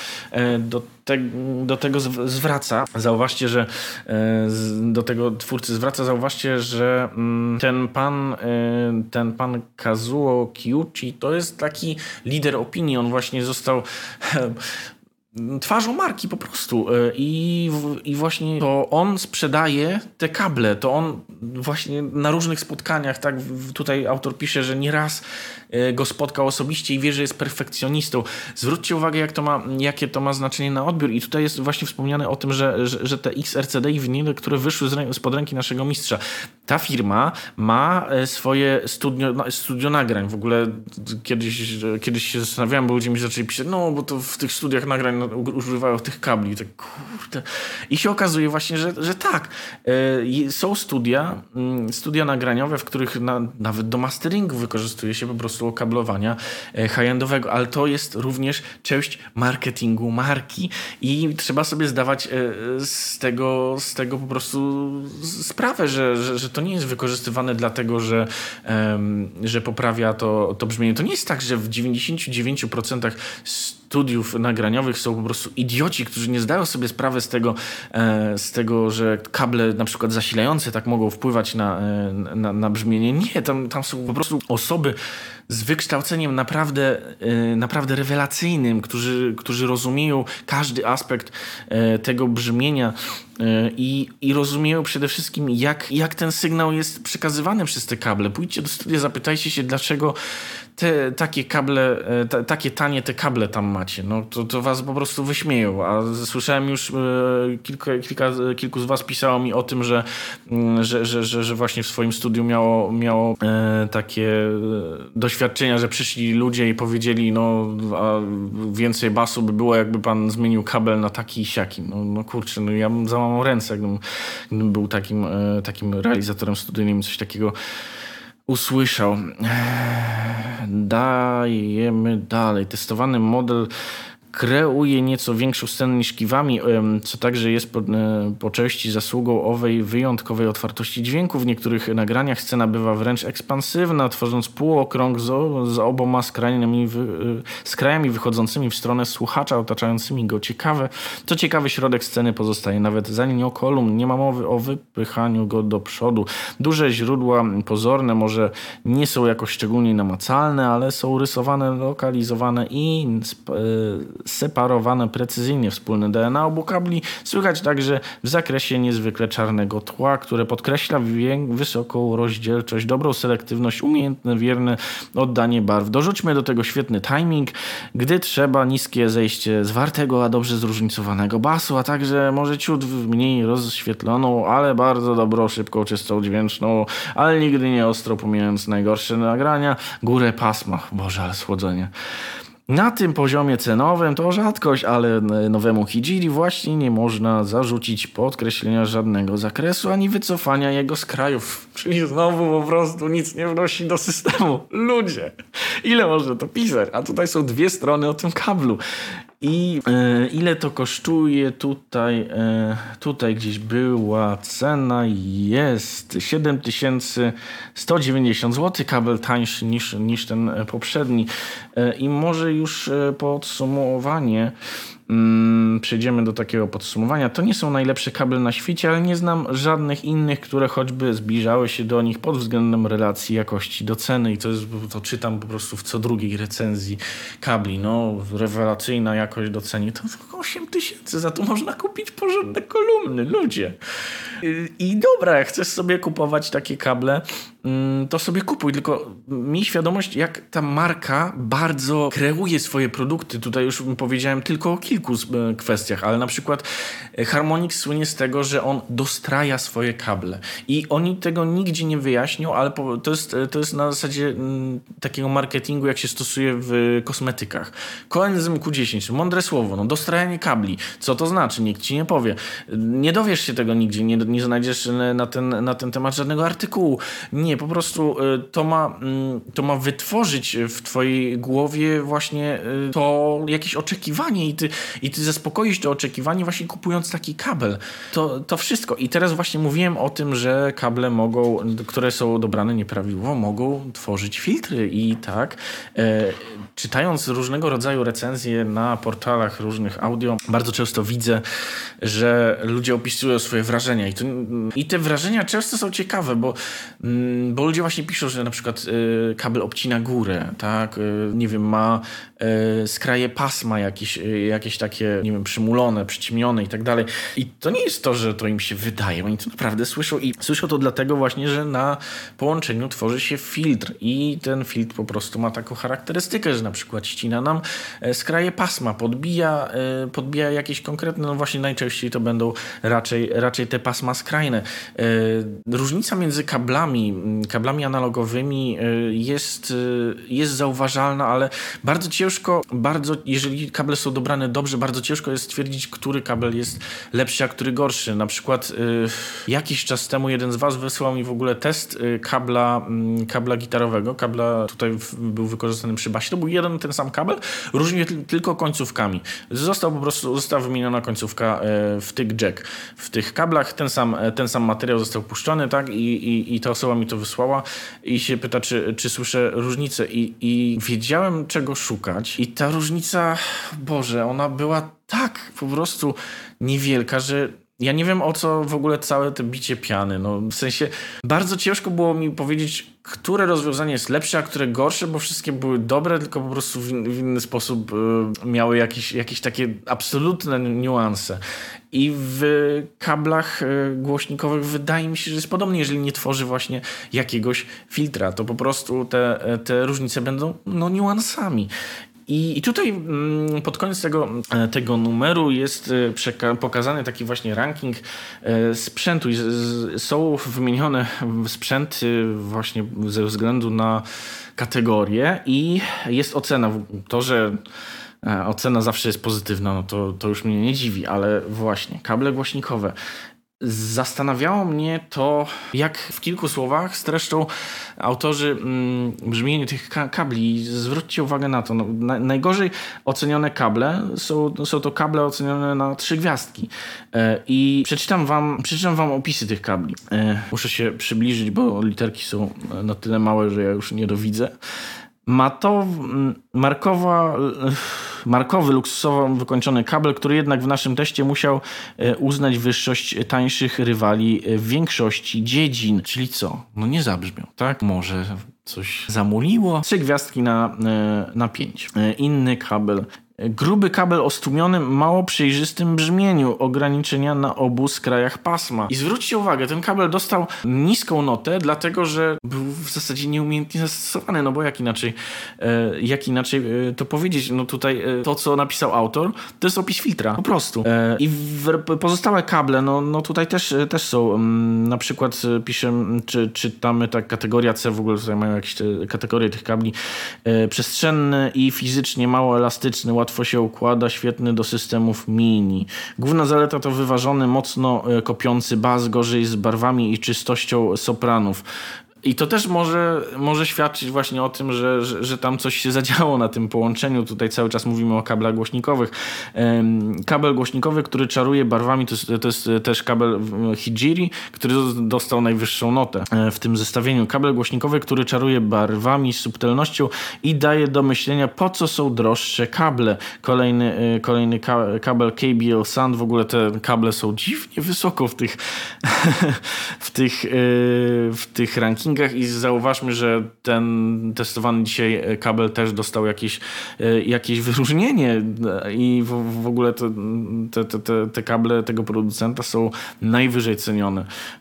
do tego zwraca. Zauważcie, że do tego twórcy zwraca. Zauważcie, że ten pan Kazuo Kiyuchi to jest taki lider opinii. On właśnie został twarzą marki po prostu i właśnie to on sprzedaje te kable, to on właśnie na różnych spotkaniach, tak tutaj autor pisze, że nieraz go spotkał osobiście i wie, że jest perfekcjonistą. Zwróćcie uwagę, jakie to ma znaczenie na odbiór i tutaj jest właśnie wspomniane o tym, że te XRCD i winyle, które wyszły spod ręki naszego mistrza. Ta firma ma swoje studio nagrań. W ogóle kiedyś się zastanawiałem, bo ludzie mi zaczęli pisać, no bo to w tych studiach nagrań używają tych kabli. Tak, kurde. I się okazuje właśnie, że tak. Są studia, studia nagraniowe, w których nawet do masteringu wykorzystuje się po prostu okablowania high-endowego, ale to jest również część marketingu marki i trzeba sobie zdawać z tego po prostu sprawę, że to nie jest wykorzystywane dlatego, że poprawia to brzmienie. To nie jest tak, że w 99% studiów nagraniowych są po prostu idioci, którzy nie zdają sobie sprawy z tego, że kable na przykład zasilające tak mogą wpływać na brzmienie. Nie, tam są po prostu osoby z wykształceniem naprawdę rewelacyjnym, którzy rozumieją każdy aspekt tego brzmienia i rozumieją przede wszystkim, jak ten sygnał jest przekazywany przez te kable. Pójdźcie do studia, zapytajcie się, dlaczego takie kable, takie tanie te kable tam macie. No, to was po prostu wyśmieją. A słyszałem już, kilku z was pisało mi o tym, że właśnie w swoim studiu miało takie doświadczenia, że przyszli ludzie i powiedzieli, no a więcej basu by było, jakby pan zmienił kabel na taki i siaki. No kurczę, no ja bym załamał ręce, gdybym był takim realizatorem studyjnym, coś takiego usłyszał. Dajemy dalej. Testowany model kreuje nieco większą scenę niż Kiwami, co także jest po części zasługą owej wyjątkowej otwartości dźwięku. W niektórych nagraniach scena bywa wręcz ekspansywna, tworząc półokrąg z oboma skrajami wychodzącymi w stronę słuchacza, otaczającymi go. Co ciekawe, środek sceny pozostaje nawet za linią kolumn. Nie ma mowy o wypychaniu go do przodu. Duże źródła pozorne może nie są jakoś szczególnie namacalne, ale są rysowane, lokalizowane i separowane precyzyjnie. Wspólne DNA obu kabli słychać także w zakresie niezwykle czarnego tła, które podkreśla wysoką rozdzielczość, dobrą selektywność, umiejętne, wierne oddanie barw. Dorzućmy do tego świetny timing, gdy trzeba, niskie zejście zwartego, a dobrze zróżnicowanego basu, a także może ciut mniej rozświetloną, ale bardzo dobrą, szybką, czystą, dźwięczną, ale nigdy nie ostrą, pomijając najgorsze nagrania, górę pasma. Boże, ale słodzenie. Na tym poziomie cenowym to rzadkość, ale nowemu Hijiri właśnie nie można zarzucić podkreślenia żadnego zakresu, ani wycofania jego z krajów. Czyli znowu po prostu nic nie wnosi do systemu. Ludzie, ile można to pisać? A tutaj są dwie strony o tym kablu. I ile to kosztuje tutaj gdzieś była cena, jest 7190 zł, kabel tańszy niż ten poprzedni. I może już podsumowanie. Przejdziemy do takiego podsumowania. To nie są najlepsze kable na świecie, ale nie znam żadnych innych, które choćby zbliżały się do nich pod względem relacji jakości do ceny i to czytam po prostu w co drugiej recenzji kabli. No, rewelacyjna jakość do ceny. To 8000, za to można kupić porządne kolumny, ludzie. I dobra, jak chcesz sobie kupować takie kable, to sobie kupuj, tylko miej świadomość, jak ta marka bardzo kreuje swoje produkty. Tutaj już powiedziałem tylko o kilku kwestiach, ale na przykład Harmonix słynie z tego, że on dostraja swoje kable i oni tego nigdzie nie wyjaśnią, ale to jest na zasadzie takiego marketingu, jak się stosuje w kosmetykach. Coenzym Q10, mądre słowo, dostrajanie kabli. Co to znaczy? Nikt ci nie powie. Nie dowiesz się tego nigdzie, nie znajdziesz na ten temat żadnego artykułu. Nie, po prostu to ma wytworzyć w twojej głowie właśnie to jakieś oczekiwanie i ty zaspokoisz to oczekiwanie właśnie kupując taki kabel. To wszystko. I teraz właśnie mówiłem o tym, że kable które są dobrane nieprawidłowo, mogą tworzyć filtry i tak czytając różnego rodzaju recenzje na portalach różnych audio, bardzo często widzę, że ludzie opisują swoje wrażenia i te wrażenia często są ciekawe, bo ludzie właśnie piszą, że na przykład kabel obcina górę, tak? Nie wiem, ma skraje pasma jakieś takie, nie wiem, przymulone, przyciemnione i tak dalej. I to nie jest to, że to im się wydaje. Oni to naprawdę słyszą i słyszą to dlatego właśnie, że na połączeniu tworzy się filtr i ten filtr po prostu ma taką charakterystykę, że na przykład ścina nam skraje pasma, podbija jakieś konkretne, no właśnie najczęściej to będą raczej te pasma skrajne. Różnica między kablami kablami analogowymi jest zauważalna, ale bardzo ciężko, jeżeli kable są dobrane dobrze, bardzo ciężko jest stwierdzić, który kabel jest lepszy, a który gorszy. Na przykład jakiś czas temu jeden z was wysłał mi w ogóle test kabla gitarowego. Kabla tutaj był wykorzystany przy basie. To był jeden ten sam kabel, różnił tylko końcówkami. Została wymieniona końcówka wtyk jack. W tych kablach ten sam materiał został puszczony, tak? I ta osoba mi to wysłała i się pyta, czy słyszę różnicę. I wiedziałem, czego szukać. I ta różnica, Boże, ona była tak po prostu niewielka, że ja nie wiem, o co w ogóle całe te bicie piany. No, w sensie bardzo ciężko było mi powiedzieć, które rozwiązanie jest lepsze, a które gorsze, bo wszystkie były dobre, tylko po prostu w inny sposób miały jakieś takie absolutne niuanse. I w kablach głośnikowych wydaje mi się, że jest podobnie, jeżeli nie tworzy właśnie jakiegoś filtra, to po prostu te różnice będą niuansami. I tutaj pod koniec tego numeru jest pokazany taki właśnie ranking sprzętu. Są wymienione sprzęty właśnie ze względu na kategorię i jest ocena. To, że ocena zawsze jest pozytywna, no to już mnie nie dziwi, ale właśnie kable głośnikowe. Zastanawiało mnie to, jak w kilku słowach streszczą autorzy brzmienie tych kabli. Zwróćcie uwagę na to. Najgorzej ocenione kable są to kable ocenione na 3 gwiazdki. I przeczytam wam opisy tych kabli. Muszę się przybliżyć, bo literki są na tyle małe, że ja już nie dowidzę. Markowy, luksusowo wykończony kabel, który jednak w naszym teście musiał uznać wyższość tańszych rywali w większości dziedzin. Czyli co? No nie zabrzmiał, tak? Może coś zamuliło? 3 gwiazdki na 5. Inny kabel. Gruby kabel o stłumionym, mało przejrzystym brzmieniu, ograniczenia na obu skrajach pasma. I zwróćcie uwagę, ten kabel dostał niską notę, dlatego że był w zasadzie nieumiejętnie zastosowany, no bo jak inaczej to powiedzieć? No tutaj to, co napisał autor, to jest opis filtra, po prostu. I pozostałe kable, no tutaj też są, na przykład czytamy tak kategoria C, w ogóle tutaj mają jakieś kategorie tych kabli, przestrzenny i fizycznie mało elastyczny, łatwo się układa, świetny do systemów mini. Główna zaleta to wyważony, mocno kopiący bas, gorzej z barwami i czystością sopranów. I to też może świadczyć właśnie o tym, że tam coś się zadziało na tym połączeniu. Tutaj cały czas mówimy o kablach głośnikowych. Kabel głośnikowy, który czaruje barwami, to jest też kabel Hijiri, który dostał najwyższą notę w tym zestawieniu. Kabel głośnikowy, który czaruje barwami, subtelnością i daje do myślenia, po co są droższe kable. Kolejny kabel KBL Sound. W ogóle te kable są dziwnie wysoko w tych rankingach. I zauważmy, że ten testowany dzisiaj kabel też dostał jakieś wyróżnienie i w ogóle te kable tego producenta są najwyżej cenione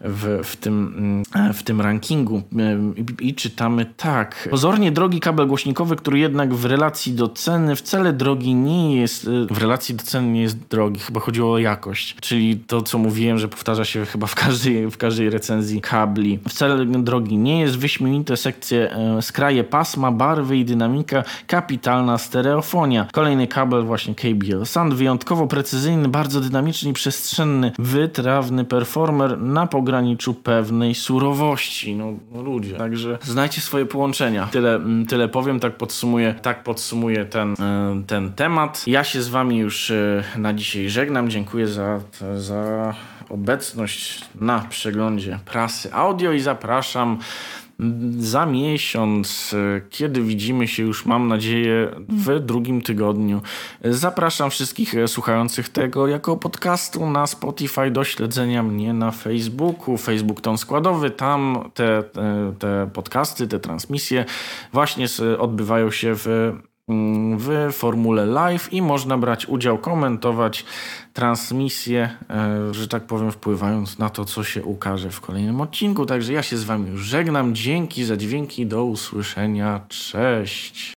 w tym rankingu. I czytamy tak. Pozornie drogi kabel głośnikowy, który jednak w relacji do ceny wcale drogi nie jest. W relacji do ceny nie jest drogi. Chyba chodziło o jakość. Czyli to, co mówiłem, że powtarza się chyba w każdej recenzji kabli. Wcale drogi nie jest. Wyśmienite sekcje, skraje pasma, barwy i dynamika, kapitalna stereofonia. Kolejny kabel właśnie KBL Sound, wyjątkowo precyzyjny, bardzo dynamiczny i przestrzenny, wytrawny performer na pograniczu pewnej surowości. No ludzie. Także znajdźcie swoje połączenia. Tyle powiem, tak podsumuję ten temat. Ja się z wami już na dzisiaj żegnam. Dziękuję za obecność na przeglądzie prasy audio i zapraszam za miesiąc, kiedy widzimy się już, mam nadzieję, w 2. tygodniu. Zapraszam wszystkich słuchających tego jako podcastu na Spotify do śledzenia mnie na Facebooku. Facebook to składowy, tam te podcasty, te transmisje właśnie odbywają się w formule live i można brać udział, komentować transmisję, że tak powiem, wpływając na to, co się ukaże w kolejnym odcinku. Także ja się z wami już żegnam. Dzięki za dźwięki. Do usłyszenia. Cześć.